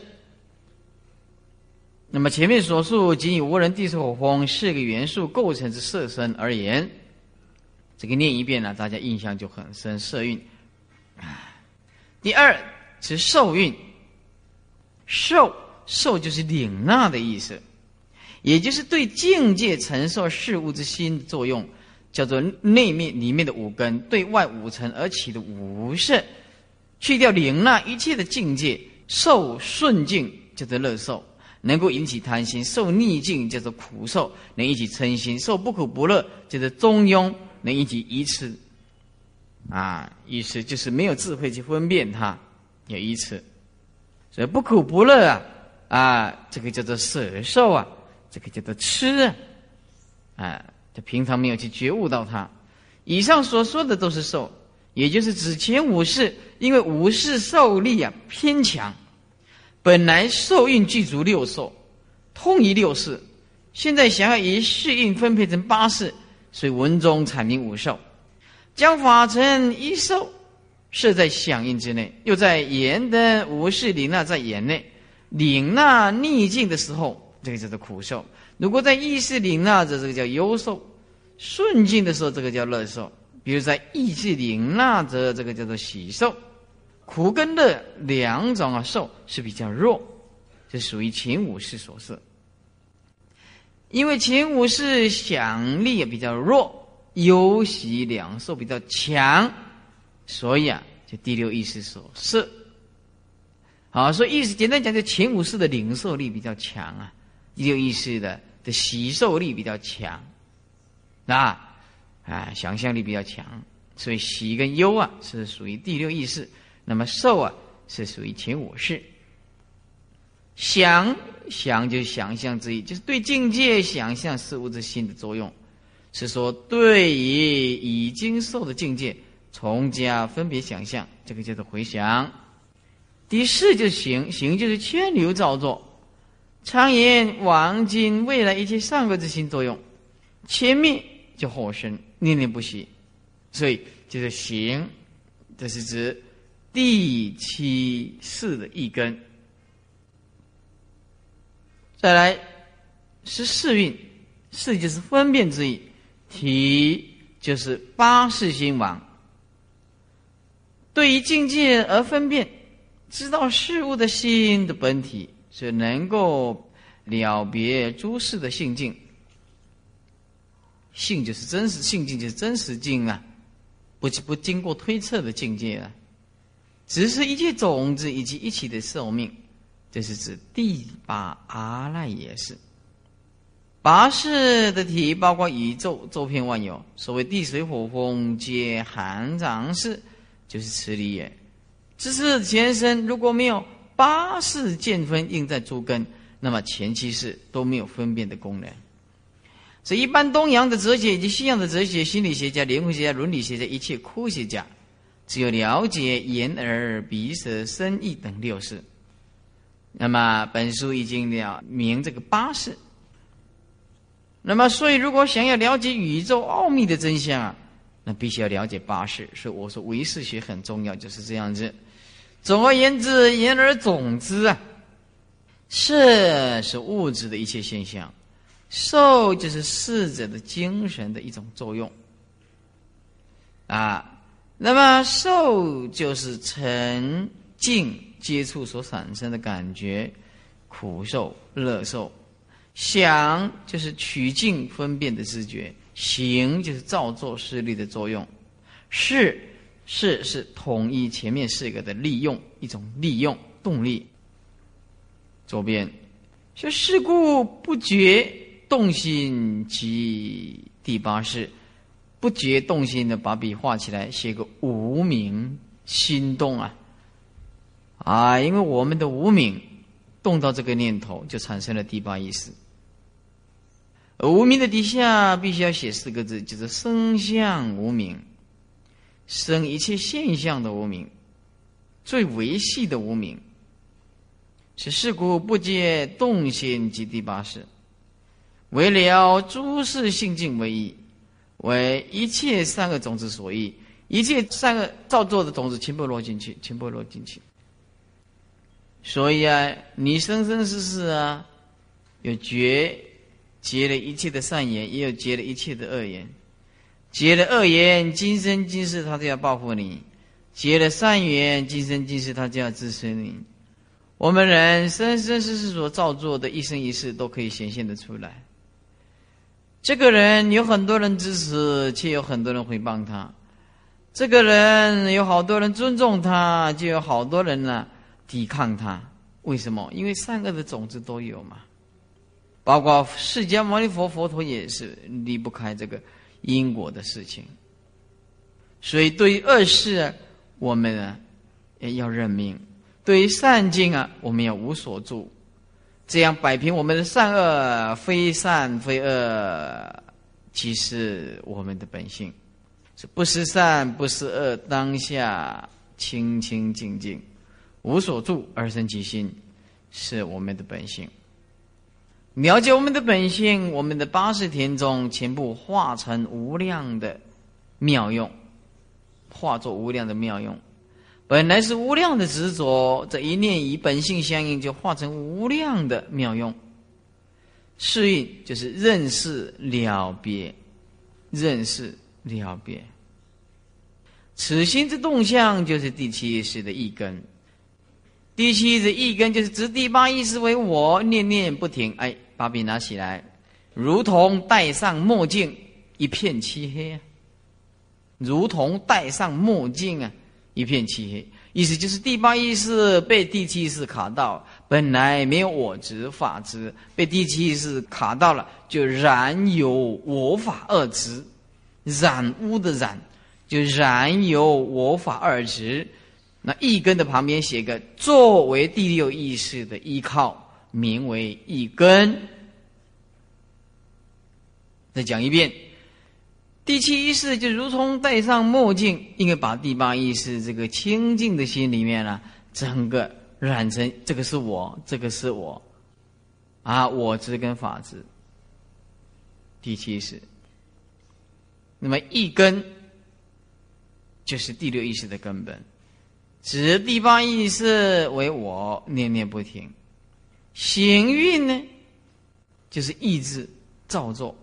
那么前面所述仅以无人地水火风四个元素构成之色身而言，这个念一遍呢，大家印象就很深。色蕴。第二是受蕴。受受就是领纳的意思，也就是对境界承受事物之心的作用，叫做内面里面的五根，对外五尘而起的无色。去掉领纳一切的境界，受顺境叫做乐受， 能够引起贪心，受逆境叫做苦受，能引起嗔心，受不苦不乐叫做中庸，能引起愚痴。啊，愚痴就是没有智慧去分辨它，有愚痴。所以不苦不乐啊，啊，这个叫做舍受啊，这个叫做痴啊，啊，这平常没有去觉悟到它。以上所说的都是受，也就是指前五识，因为五识受力啊偏强，本来受运具足六受，通于六识，现在想要以识运分配成八识，所以文中阐明五受，将法成一受，设在响应之内，又在言的五识领纳在眼内，领纳逆境的时候，这个叫做苦受；如果在意识领纳着，这个叫忧受；顺境的时候，这个叫乐受。比如在意识领纳着，这个叫做喜受。苦跟乐两种啊受是比较弱，这属于前五识所设。因为前五识想力也比较弱，忧喜两受比较强，所以啊，就第六意识所设。好，所以意思简单讲，就前五识的领受力比较强啊，第六意识的的喜受力比较强，啊啊，想象力比较强，所以喜跟忧啊是属于第六意识，那么受啊是属于前五识。想想就是想象之意，就是对境界想象事物之心的作用，是说对于已经受的境界从加分别想象，这个叫做回想。第四就是行，行就是牵流造作，常言往今未来一切善恶之心作用，前灭就后生，念念不息，所以就是行，这是指第七识的一根。再来是识运，识就是分辨之意，体就是八识心王，对于境界而分辨，知道事物的心的本体，所以能够了别诸事的性境。性就是真实，性境就是真实境啊，不不经过推测的境界啊，只是一切种子以及一起的寿命，这是指第八阿赖耶识。八识的体包括宇宙周遍万有，所谓地水火风皆含藏识，就是此理也。只是前身如果没有八识见分应在诸根，那么前七识都没有分辨的功能。所以一般东洋的哲学以及西洋的哲学、心理学家、灵魂学家、伦理学家、一切科学家，只有了解眼耳鼻舌身意等六识。那么本书已经了明这个八识。那么所以如果想要了解宇宙奥秘的真相啊，那必须要了解八识。所以我说唯识学很重要，就是这样子。总而言之，言而总之啊，色是物质的一切现象，受就是逝者的精神的一种作用啊。那么受就是沉静接触所产生的感觉，苦受、乐受。想就是取境分辨的知觉，行就是造作势力的作用，识是是统一前面四个的利用，一种利用动力。左边是事故不觉动心及第八识，不觉动心的把笔画起来，写个无明心动啊啊！因为我们的无明动到这个念头，就产生了第八意识。而无明的底下必须要写四个字，就是生相无明，生一切现象的无明，最维系的无明，是事故不觉动心及第八识，为了诸事性境为义，为一切善恶种子所依，一切善恶造作的种子全部落进去，全部落进去。所以啊，你生生世世啊，有觉结了一切的善言，也有结了一切的恶言。结了恶言，今生今世他就要报复你；结了善缘，今生今世他就要支持你。我们人生生世世所造作的一生一世都可以显现得出来。这个人有很多人支持，却有很多人诽谤他；这个人有好多人尊重他，就有好多人呢、啊、抵抗他。 为什么？因为善恶的种子都有嘛，包括释迦牟尼佛佛陀也是离不开这个因果的事情。所以对于恶事啊，我们啊也要认命；对于善境啊，我们要无所住，这样摆平我们的善恶，非善非恶，即是我们的本性。是不是善不是恶，当下清清净净，无所住而生其心，是我们的本性。了解我们的本性，我们的八识田中全部化成无量的妙用，化作无量的妙用。本来是无量的执着，这一念与本性相应，就化成无量的妙用。适应就是认识了别，认识了别。此心之动向，就是第七意识的意根。第七意识意根就是执第八意识为我，念念不停。哎，把笔拿起来，如同戴上墨镜，一片漆黑啊！如同戴上墨镜啊，一片漆黑。意思就是第八意识被第七意识卡到，本来没有我执法执，被第七意识卡到了，就染有我法二执，染污的染。就染有我法二执，那意根的旁边写个作为第六意识的依靠，名为意根。再讲一遍，第七意识就如同戴上墨镜，应该把第八意识这个清净的心里面呢、啊，整个染成这个是我，这个是我，啊，我执跟法执，第七意识。那么意根就是第六意识的根本，指第八意识为我，念念不停。行运呢，就是意志造作。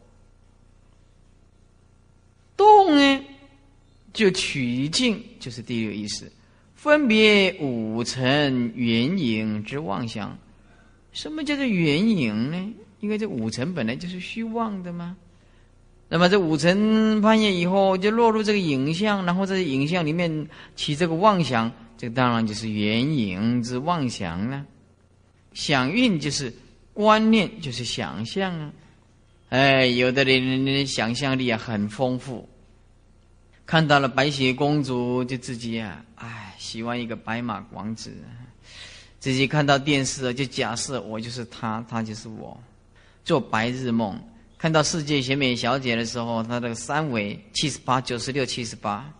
动呢，就取境，就是第六意识。分别五尘缘影之妄想。什么叫做缘影呢？因为这五尘本来就是虚妄的嘛。那么这五尘攀缘以后，就落入这个影像，然后在影像里面起这个妄想，这个当然就是缘影之妄想了。想运就是观念，就是想象啊。哎，有的人的想象力啊很丰富，看到了白雪公主，就自己啊，哎，喜欢一个白马王子。自己看到电视就假设我就是他，他就是我，做白日梦。看到世界选美小姐的时候，她的三围七十八、九十六、七十八，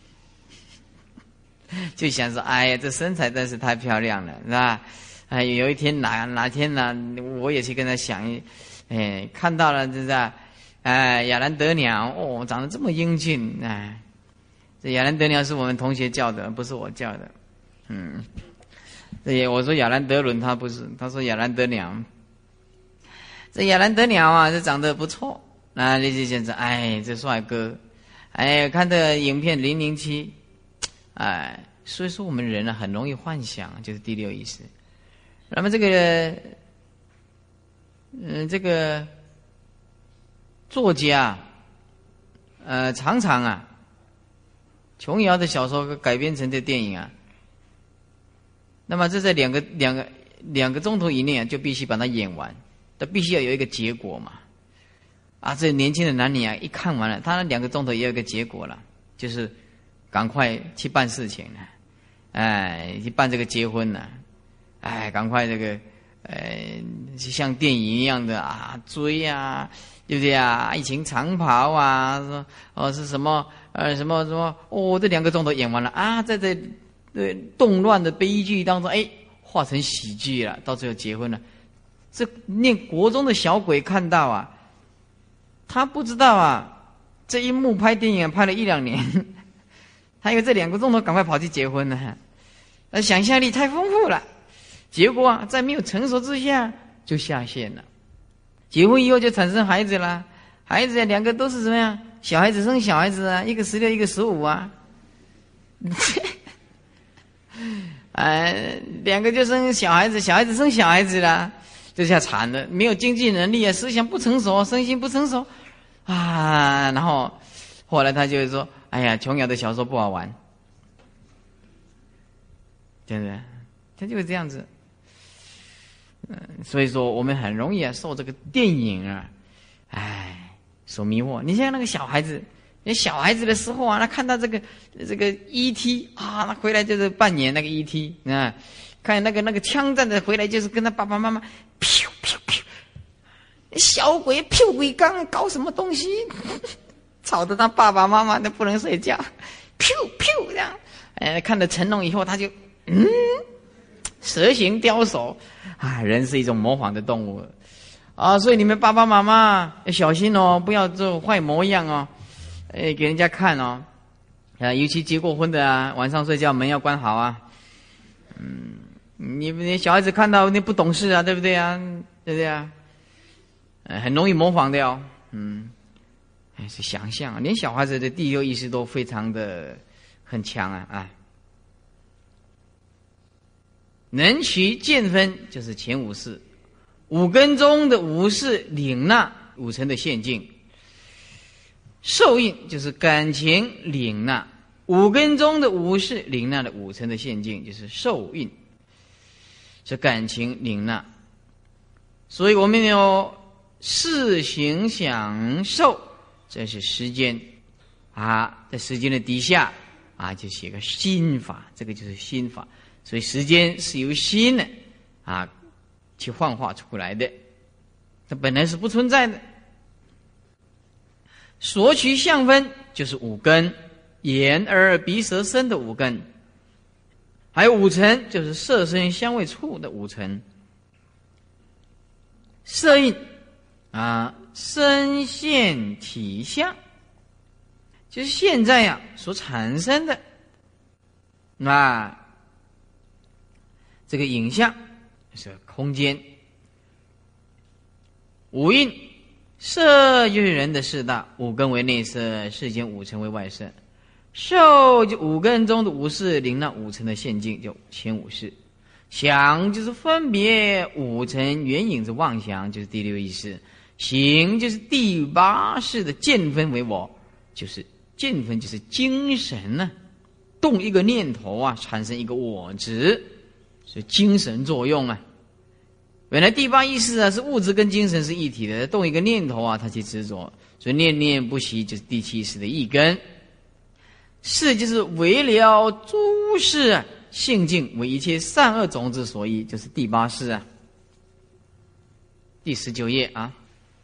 就想说：哎呀，这身材真是太漂亮了，是吧？哎，有一天哪哪天呢，我也去跟她想，哎，看到了，是不是？哎，亚兰德鸟，哦，长得这么英俊，哎，这亚兰德鸟是我们同学叫的，不是我叫的。嗯，对，我说亚兰德伦，他不是，他说亚兰德鸟。这亚兰德鸟啊，这长得不错，那你就想着，哎，这帅哥，哎，看的影片零零七，哎，所以说我们人啊，很容易幻想，就是第六意识。那么这个，嗯、呃，这个作家，呃，常常啊，琼瑶的小说改编成的电影啊，那么这在两个两个两个钟头以内啊，就必须把它演完。他必须要有一个结果嘛，啊，这年轻的男女啊，一看完了，他两个钟头也有一个结果了，就是赶快去办事情了，哎，去办这个结婚了，哎，赶快这个，呃，像电影一样的啊，追啊，对不对啊？爱情长跑啊，说哦是什么呃什么什么哦，这两个钟头演完了啊，在这呃动乱的悲剧当中，哎，化成喜剧了，到最后结婚了。这念国中的小鬼看到啊，他不知道啊，这一幕拍电影拍了一两年，他以为这两个钟头赶快跑去结婚了，呃，想象力太丰富了，结果啊，在没有成熟之下就下线了。结婚以后就产生孩子了，孩子两个都是什么样？小孩子生小孩子啊，一个十六，一个十五啊，哎，两个就生小孩子，小孩子生小孩子了。这下惨了，没有经济能力啊，思想不成熟，身心不成熟啊。然后后来他就说：“哎呀，琼瑶的小说不好玩，对不对？”他就是这样子。 嗯，所以说我们很容易啊受这个电影啊，哎，所迷惑。你像那个小孩子，你小孩子的时候啊，他看到这个这个 E T 啊，他回来就是扮演那个 E T 啊，看那个那个枪战的回来就是跟他爸爸妈妈，噗噗噗，小鬼屁鬼刚搞什么东西，吵得他爸爸妈妈都不能睡觉，噗噗这样。哎，看了成龙以后，他就嗯，蛇形刁手啊，人是一种模仿的动物啊，所以你们爸爸妈妈要小心哦，不要做坏模样哦，哎，给人家看哦，啊，尤其结过婚的啊，晚上睡觉门要关好啊，嗯，你你小孩子看到你不懂事啊，对不对啊？对不对啊？呃，很容易模仿的哦，嗯，还是想象，连小孩子的第六意识都非常的很强啊啊！能取见分就是前五识，五根中的五识领纳五尘的现境，受印就是感情领纳五根中的五识领纳的五尘的现境，就是受印，是感情领纳。所以我们有视行享受，这是时间啊，在时间的底下啊，就写个心法，这个就是心法。所以时间是由心呢啊去幻化出来的，它本来是不存在的。所取相分就是五根，眼耳鼻舌身的五根，还有五尘，就是色声香味触的五尘。色印啊，身现体相，就是现在呀、啊、所产生的啊这个影像，就是空间。五印，色就是人的四大，五根为内色，世间五尘为外色。受就五根中的五识领那五尘的现境，就前五识。想就是分别五尘缘影之妄想，就是第六意识。行就是第八识的见分为我，就是见分就是精神呢、啊，动一个念头啊，产生一个我执，所以精神作用啊。本来第八意识啊是物质跟精神是一体的，动一个念头啊，它去执着，所以念念不息就是第七意识的一根。是就是为了诸事啊，性境为一切善恶种子所依，就是第八识啊。第十九页啊，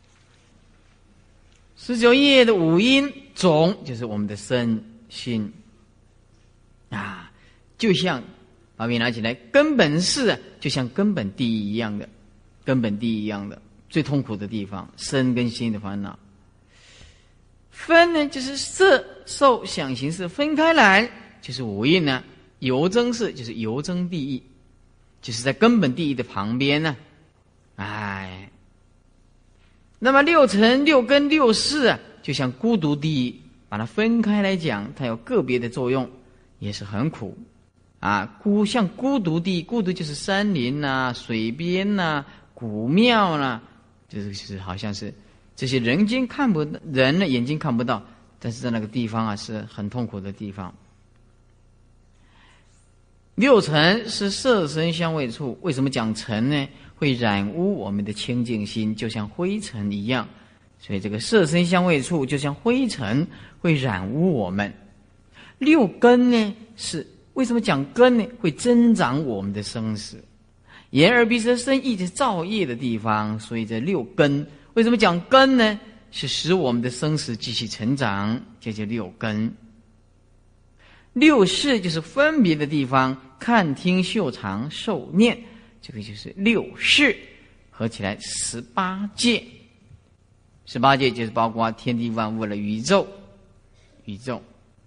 十九页的五音种就是我们的身心啊，就像把笔拿起来，根本是啊，就像根本第一一样的，根本第一一样的最痛苦的地方，身跟心的烦恼。分呢，就是色受想行识分开来，就是五印呢。游增识就是游增第一，就是在根本第一的旁边呢。哎，那么六尘、六根、六识啊，就像孤独第一，把它分开来讲，它有个别的作用，也是很苦啊。孤像孤独第一，孤独就是山林呐、啊、水边呐、啊、古庙呐、啊，就是就是好像是。这些人间看不到，人呢眼睛看不到，但是在那个地方啊是很痛苦的地方。六尘是色声香味触，为什么讲尘呢？会染污我们的清净心，就像灰尘一样。所以这个色声香味触就像灰尘，会染污我们。六根呢是为什么讲根呢？会增长我们的生死。眼耳鼻舌身意是造业的地方，所以这六根。为什么讲根呢？是使我们的生死继续成长，这就六根。六识就是分别的地方，看听嗅尝受念，这个就是六识，合起来十八界。十八界就是包括天地万物的宇宙，宇宙。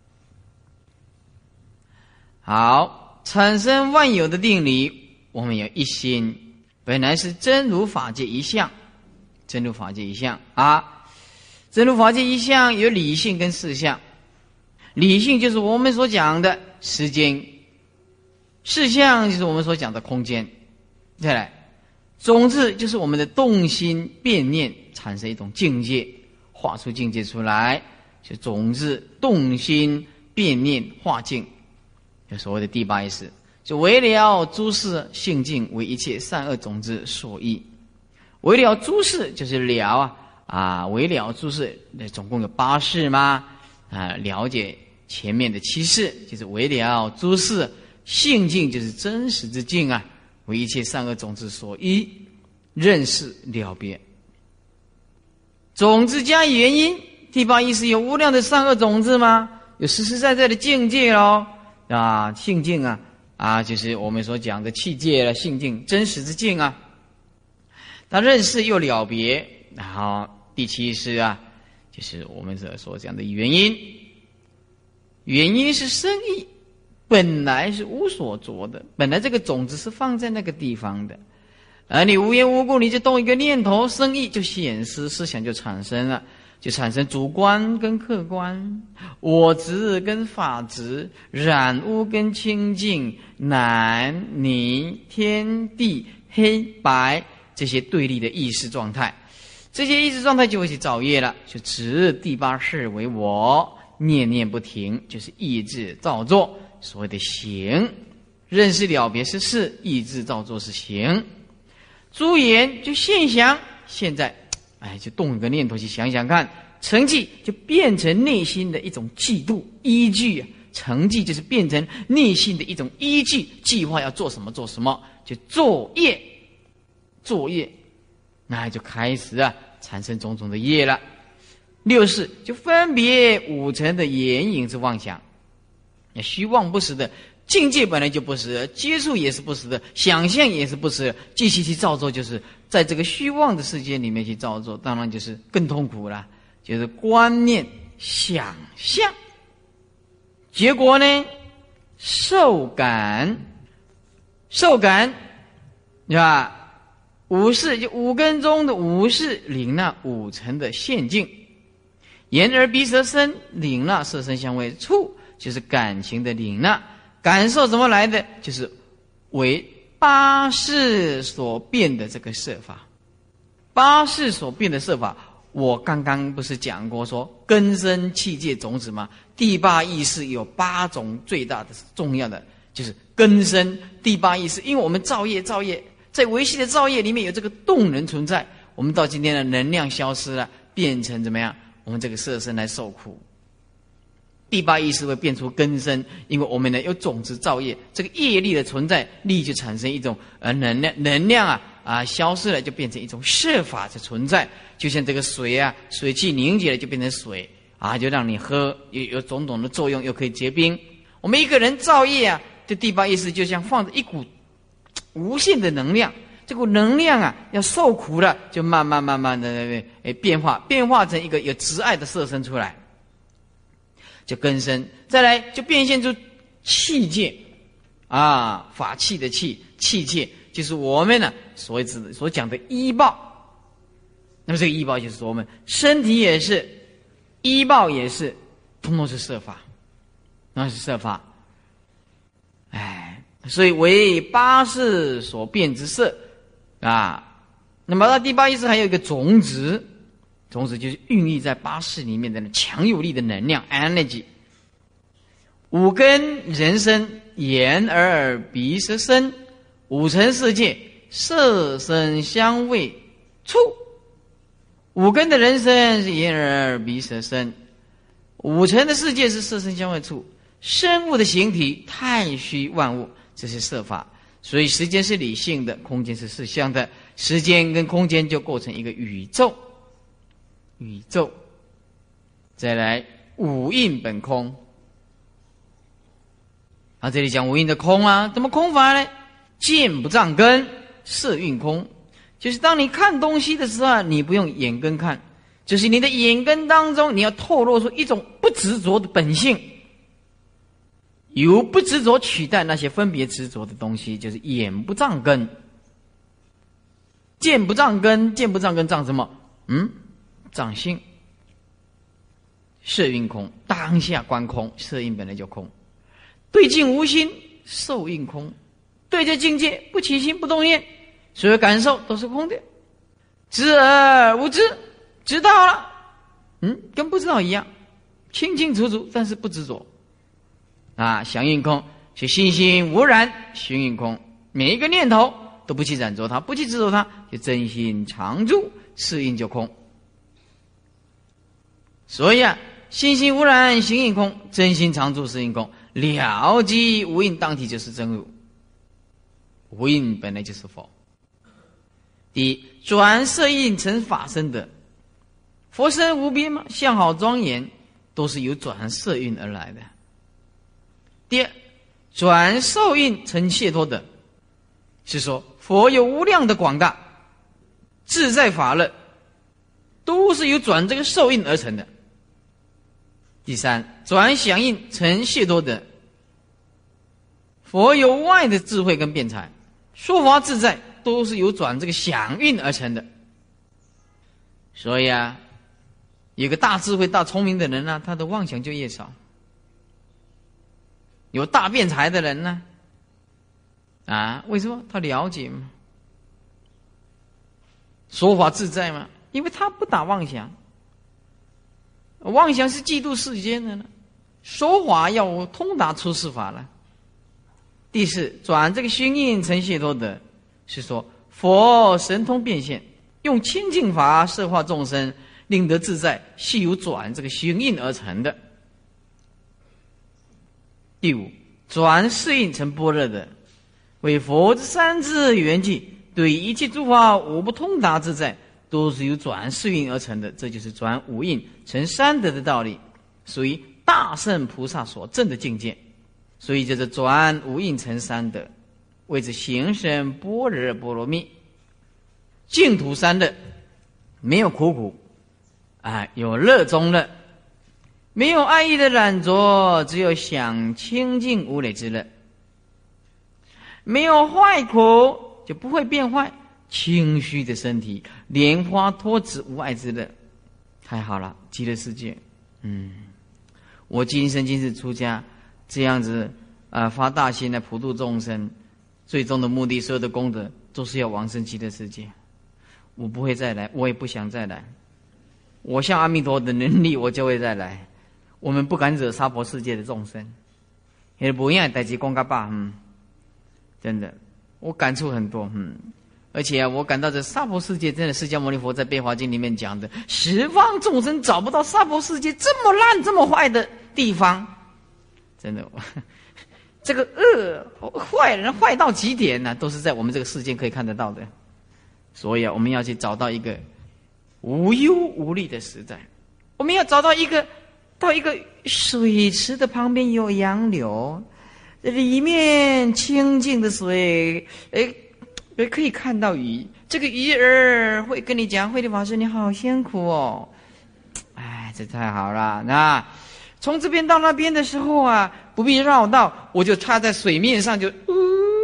好，产生万有的定理，我们有一心，本来是真如法界一相。真如法界一相啊，真如法界一相有理性跟事相，理性就是我们所讲的时间，事相就是我们所讲的空间。再来，种子就是我们的动心变念产生一种境界，画出境界出来，就种子动心变念化境，就所谓的第八意识。 就为了诸事性境为一切善恶种子所依。为了诸事就是了啊啊，为了诸事，那总共有八事吗？啊，了解前面的七事，就是为了诸事性境，就是真实之境啊，为一切善恶种子所依，认识了别。种子加原因，第八意识有无量的善恶种子吗？有实实在在的境界咯啊，性境啊啊，就是我们所讲的器界了，性境真实之境啊。他认识又了别，然后第七是啊，就是我们所所讲的原因。原因是生意，本来是无所着的，本来这个种子是放在那个地方的，而你无缘无故你就动一个念头，生意就显示，思想就产生了，就产生主观跟客观，我执跟法执，染污跟清净，男女天地黑白这些对立的意识状态，这些意识状态就会去造业了，就执第八识为我，念念不停，就是意志造作，所谓的行。认识了别是事，意志造作是行。诸言就现象，现在哎，就动一个念头去想想看，成绩就变成内心的一种嫉妒依据，成绩就是变成内心的一种依据，计划要做什么做什么，就作业作业，那就开始啊产生种种的业了。六是就分别五尘的眼影之妄想，虚妄不实的境界本来就不实，接触也是不实的，想象也是不实，继续去造作，就是在这个虚妄的世界里面去造作，当然就是更痛苦了，就是观念想象，结果呢受感，受感是吧？五识就五根中的五识领那五尘的现境，眼耳鼻舌身领那色声香味触，就是感情的领那。感受怎么来的？就是为八识所变的这个色法。八识所变的色法，我刚刚不是讲过说根生器界种子吗？第八意识有八种最大的重要的，就是根生第八意识。因为我们造业造业，在维系的造业里面有这个动能存在，我们到今天的能量消失了，变成怎么样？我们这个色身来受苦。第八意识会变出根生，因为我们呢有种子造业，这个业力的存在力就产生一种呃能量，能量啊啊消失了就变成一种色法的存在，就像这个水啊，水汽凝结了就变成水啊，就让你喝，有有种种的作用，又可以结冰。我们一个人造业啊，这第八意识就像放着一股无限的能量，这股能量啊要受苦了，就慢慢慢慢的诶变化，变化成一个有执爱的色身出来。就根生，再来就变现出器界啊，法器的器，器界就是我们呢所谓指所讲的医报。那么这个医报就是说我们身体也是，医报也是，通通是色法，那是色法。哎，所以为八识所变之色啊。那么到第八意识还有一个种子。种子就是孕育在八识里面的强有力的能量 energy。 五根人身，眼耳鼻舌身，五尘世界，色声香味触。五根的人身是眼耳鼻舌身，五尘的世界是色声香味触，生物的形体太虚万物，这是色法。所以时间是理性的，空间是事相的，时间跟空间就构成一个宇宙。宇宙，再来五蕴本空。啊，这里讲五蕴的空啊，怎么空法呢？见不障根，色蕴空。就是当你看东西的时候，你不用眼根看，就是你的眼根当中，你要透露出一种不执着的本性，由不执着取代那些分别执着的东西，就是眼不障根。见不障根，见不障根障什么？嗯？障性。色蕴空，当下观空，色蕴本来就空。对境无心，受蕴空。对这境界不起心不动念，所有感受都是空的。知而无知，知道了，嗯，跟不知道一样，清清楚楚，但是不执着。啊，想蕴空， 所以心心无染，行运空。每一个念头都不去染着它，不去执着它，就真心常住，是因就空。所以啊，心心无染，行运空，真心常住，是因空。了即无印当体就是真如，无印本来就是佛。第一，转色印成法身的佛身无边嘛，相好庄严，都是由转色印而来的。第二，转受印成解脱的，是说佛有无量的广大自在法乐，都是由转这个受印而成的。第三，转响应成解脱的，佛有外的智慧跟辩才，说法自在，都是由转这个响应而成的。所以啊，有个大智慧大聪明的人呢、啊，他的妄想就越少。有大辩才的人呢、啊，啊，为什么？他了解嘛，说法自在嘛，因为他不打妄想。妄想是嫉妒世间的呢，说法要通达出世法了。第四，转这个心印成解脱的，是说佛神通变现，用清净法摄化众生，令得自在，系由转这个心印而成的。第五，转世印成般若的，为佛之三智圆寂，对一切诸法无不通达自在，都是由转世印而成的。这就是转五印成三德的道理，属于大圣菩萨所证的境界。所以就是转五印成三德，谓之行深般若波罗蜜。净土三乐，没有苦苦啊，有乐中乐，没有爱意的染着，只有想清净无累之乐。没有坏苦，就不会变坏，清虚的身体，莲花脱脂无爱之乐。太好了，极乐世界。嗯，我今生今世出家，这样子啊、呃，发大心来普度众生，最终的目的，所有的功德都是要往生极乐世界。我不会再来，我也不想再来。我像阿弥陀的能力，我就会再来。我们不敢惹娑婆世界的众生，也不样代志讲个罢，嗯，真的，我感触很多，嗯，而且啊，我感到这娑婆世界真的，释迦牟尼佛在《悲华经》里面讲的，十方众生找不到娑婆世界这么烂、这么坏的地方，真的，这个恶坏人坏到极点呢、啊，都是在我们这个世界可以看得到的。所以啊，我们要去找到一个无忧无虑的时代，我们要找到一个到一个水池的旁边有杨柳，里面清净的水，诶，可以看到鱼。这个鱼儿会跟你讲：“慧律法师，你好辛苦哦。”哎，这太好了。那从这边到那边的时候啊，不必绕道，我就插在水面上就，呜、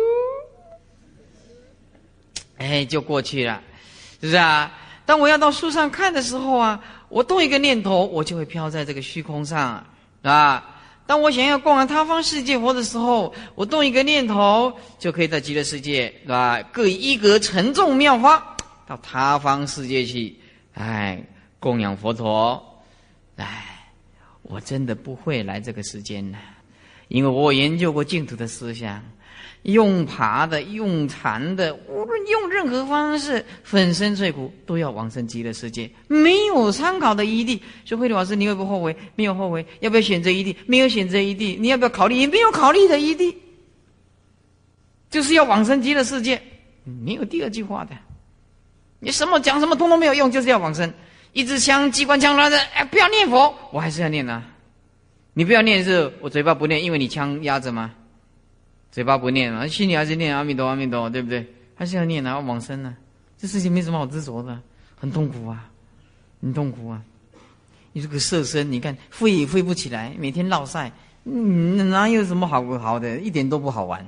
哎，就过去了，是不是啊？当我要到树上看的时候啊，我动一个念头，我就会飘在这个虚空上，啊。当我想要供养他方世界佛的时候，我动一个念头，就可以在极乐世界，是吧？各以一格沉重妙法到他方世界去，哎，供养佛陀。哎，我真的不会来这个世间了，因为我研究过净土的思想，用爬的、用禅的，无论用任何方式，粉身碎骨都要往生极乐世界，没有参考的余地。说慧律法师，你会不会后悔？没有后悔。要不要选择余地？没有选择余地。你要不要考虑？也没有考虑的余地。就是要往生极乐世界，没有第二句话的。你什么讲什么通通没有用，就是要往生。一支枪、机关枪拿着，哎，不要念佛，我还是要念啊。你不要念是我嘴巴不念，因为你枪压着吗？嘴巴不念啊，心里还是念阿弥陀阿弥陀，对不对？还是要念啊，要往生啊。这事情没什么好执着的，很痛苦啊，很痛苦啊。你这个色身，你看飞也飞不起来，每天落晒，嗯，哪有什么好好的？一点都不好玩。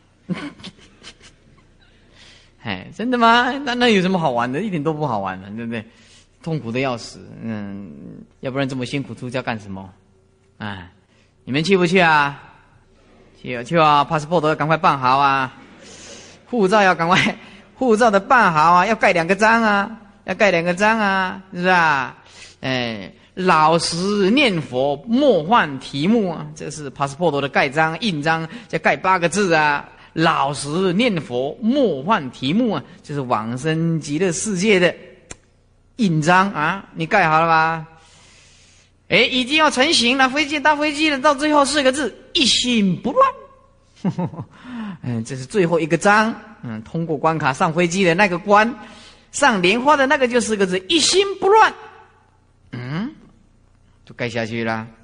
哎，真的吗？那那有什么好玩的？一点都不好玩的，对不对？痛苦的要死，嗯，要不然这么辛苦出家干什么？哎，你们去不去啊？去啊去啊 ！passport 要赶快办好啊，护照要赶快，护照的办好啊，要盖两个章啊，要盖两个章啊，是不是啊？哎， 老实念佛，莫换题目啊，这是 passport 的盖章印章，再盖八个字啊。老实念佛，莫换题目啊，就是往生极乐世界的印章啊，你盖好了吧？哎，已经要成型了，飞机搭飞机了，到最后四个字，一心不乱。嗯，这是最后一个章，嗯，通过关卡上飞机的那个关，上莲花的那个就四个字，一心不乱。嗯，就盖下去了。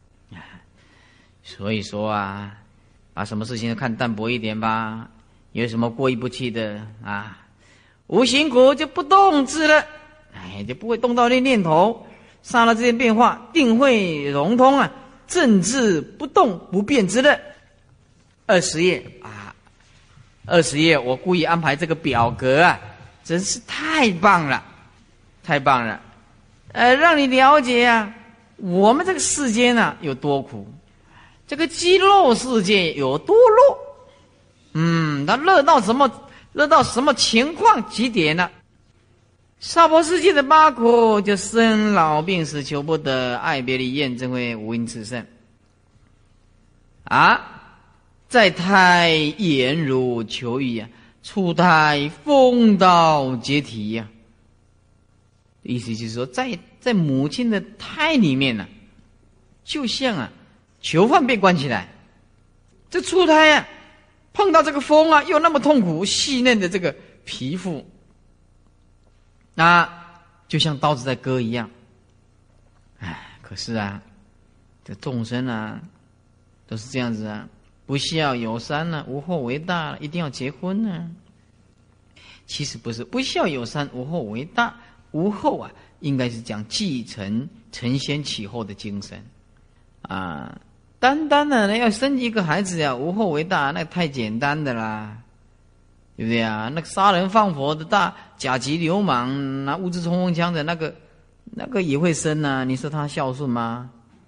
所以说啊，把什么事情都看淡薄一点吧，有什么过意不去的啊，无形苦就不动之了，哎，就不会动到那念头，杀了这些变化，定会融通啊，正治不动不变之乐。二十页啊，二十页我故意安排这个表格啊，真是太棒了，太棒了，呃，让你了解啊，我们这个世间啊有多苦。这个极乐世界有多乐？嗯，它乐到什么？乐到什么情况极点呢？娑婆世界的八苦，就生老病死求不得，爱别离厌憎会，五阴炽盛。啊，在胎颜如求雨啊，出胎风刀解体呀、啊。意思就是说，在在母亲的胎里面呢、啊，就像啊。囚犯被关起来，这出胎啊，碰到这个风啊，又那么痛苦，细嫩的这个皮肤，啊，就像刀子在割一样。哎，可是啊，这众生啊，都是这样子啊，不孝有三呢、啊，无后为大，一定要结婚呢、啊。其实不是，不孝有三，无后为大，无后啊，应该是讲继承承先启后的精神啊。单单的要生一个孩子呀，无后为大，那太简单的啦，对不对啊？那个杀人放火的大甲级流氓，拿物质冲锋枪的那个，那个也会生啊。你说他孝顺吗？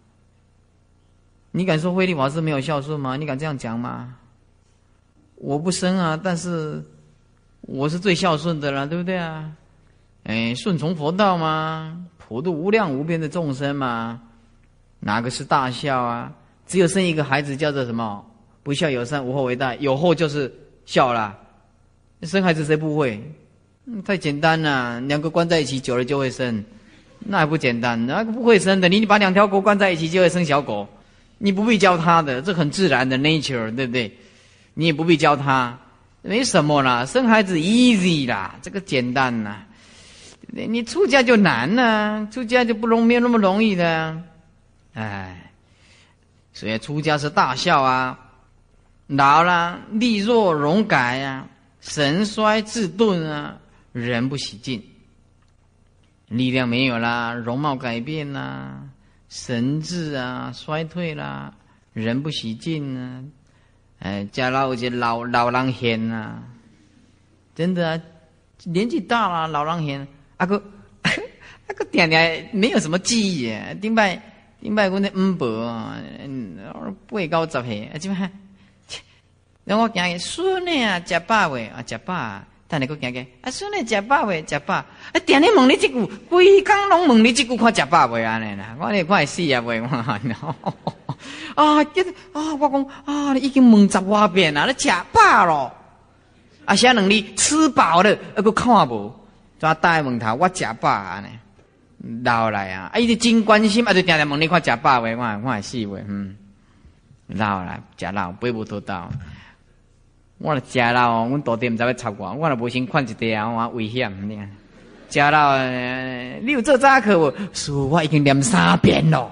你敢说慧律法师没有孝顺吗？你敢这样讲吗？我不生啊，但是我是最孝顺的了，对不对啊？哎，顺从佛道嘛，普度无量无边的众生嘛，哪个是大孝啊？只有生一个孩子叫做什么？不孝有三，无后为大。有后就是孝啦。生孩子谁不会？嗯、太简单了，两个关在一起久了就会生，那还不简单？那个不会生的，你把两条狗关在一起就会生小狗，你不必教他的，这很自然的 nature， 对不对？你也不必教他，没什么啦，生孩子 easy 啦，这个简单啦。你出家就难啦，出家就不容没有那么容易的，哎。所以出家是大孝啊，老了力弱容改啊，神衰志顿啊，人不喜进，力量没有啦，容貌改变啦，神智啊衰退啦，人不喜进啊，哎，加老就老老人嫌啊，真的啊，年纪大了老人嫌，啊个啊个点点没有什么记忆啊，顶摆。顶摆阮的五伯啊，八九十岁，啊，即摆，然后我行个孙呢啊，食饱未啊？食饱啊，等下佫行个啊，孙呢食饱未？食饱，啊，定咧问你即句，规工拢问你即句，看食饱未安尼啦？我咧看会死啊未？啊，这啊，我讲啊，你已经问十外遍啦，你食饱咯？啊，啥能力吃饱了，啊，佫看无？怎戴问头？我食饱安尼。老来啊，啊！伊就真关心，啊，就定定问你看食饱未？我我会死未？嗯，老啦，食老背无多到。我著食老，阮大弟毋知要插我，我若无先看一条，我危险。食老，呃、你有做早课无？是，我已经念三遍咯。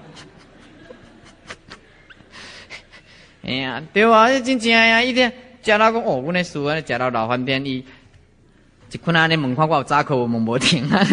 哎呀，对啊，真正呀！伊点食老讲哦，阮咧书啊，食老老翻遍伊，一困安尼问看我有早课无？问无停啊。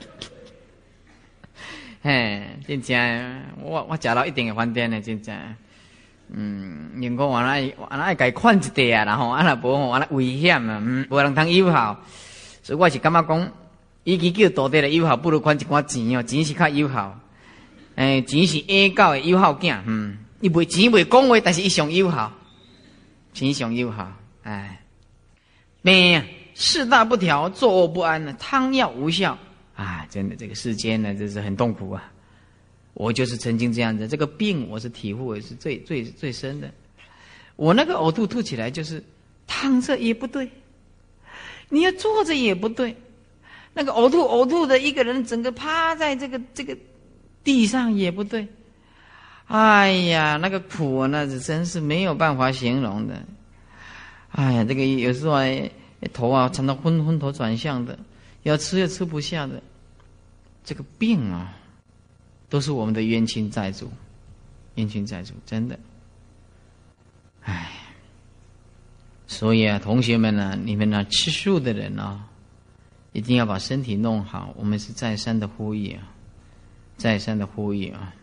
嘿，真正，我我食到一定会翻颠的，真正。嗯，因讲我那我那爱家看一下啦吼，啊若无吼，我那危险啊，嗯，无人通有效。所以我是感觉讲，与其叫道德来有效，不如款一寡钱哦，钱是较有效。诶，钱是下教的有效囝，嗯，伊袂钱袂讲话，但是伊上有效，钱上有效。哎，病啊，四大不调，坐卧不安，汤药无效。啊，真的，这个世间呢，真是很痛苦啊！ 我就是曾经这样子，这个病我是体会我是最最最深的。我那个呕吐吐起来就是躺着也不对，你要坐着也不对，那个呕吐呕吐的一个人整个趴在这个这个地上也不对。哎呀，那个苦啊，那是真是没有办法形容的。哎呀，这个有时候还头啊常常昏昏头转向的，要吃又吃不下的，这个病啊，都是我们的冤亲债主，冤亲债主，真的。哎，所以啊，同学们呢、啊，你们呢、啊、吃素的人啊，一定要把身体弄好。我们是再三的呼吁啊，再三的呼吁啊。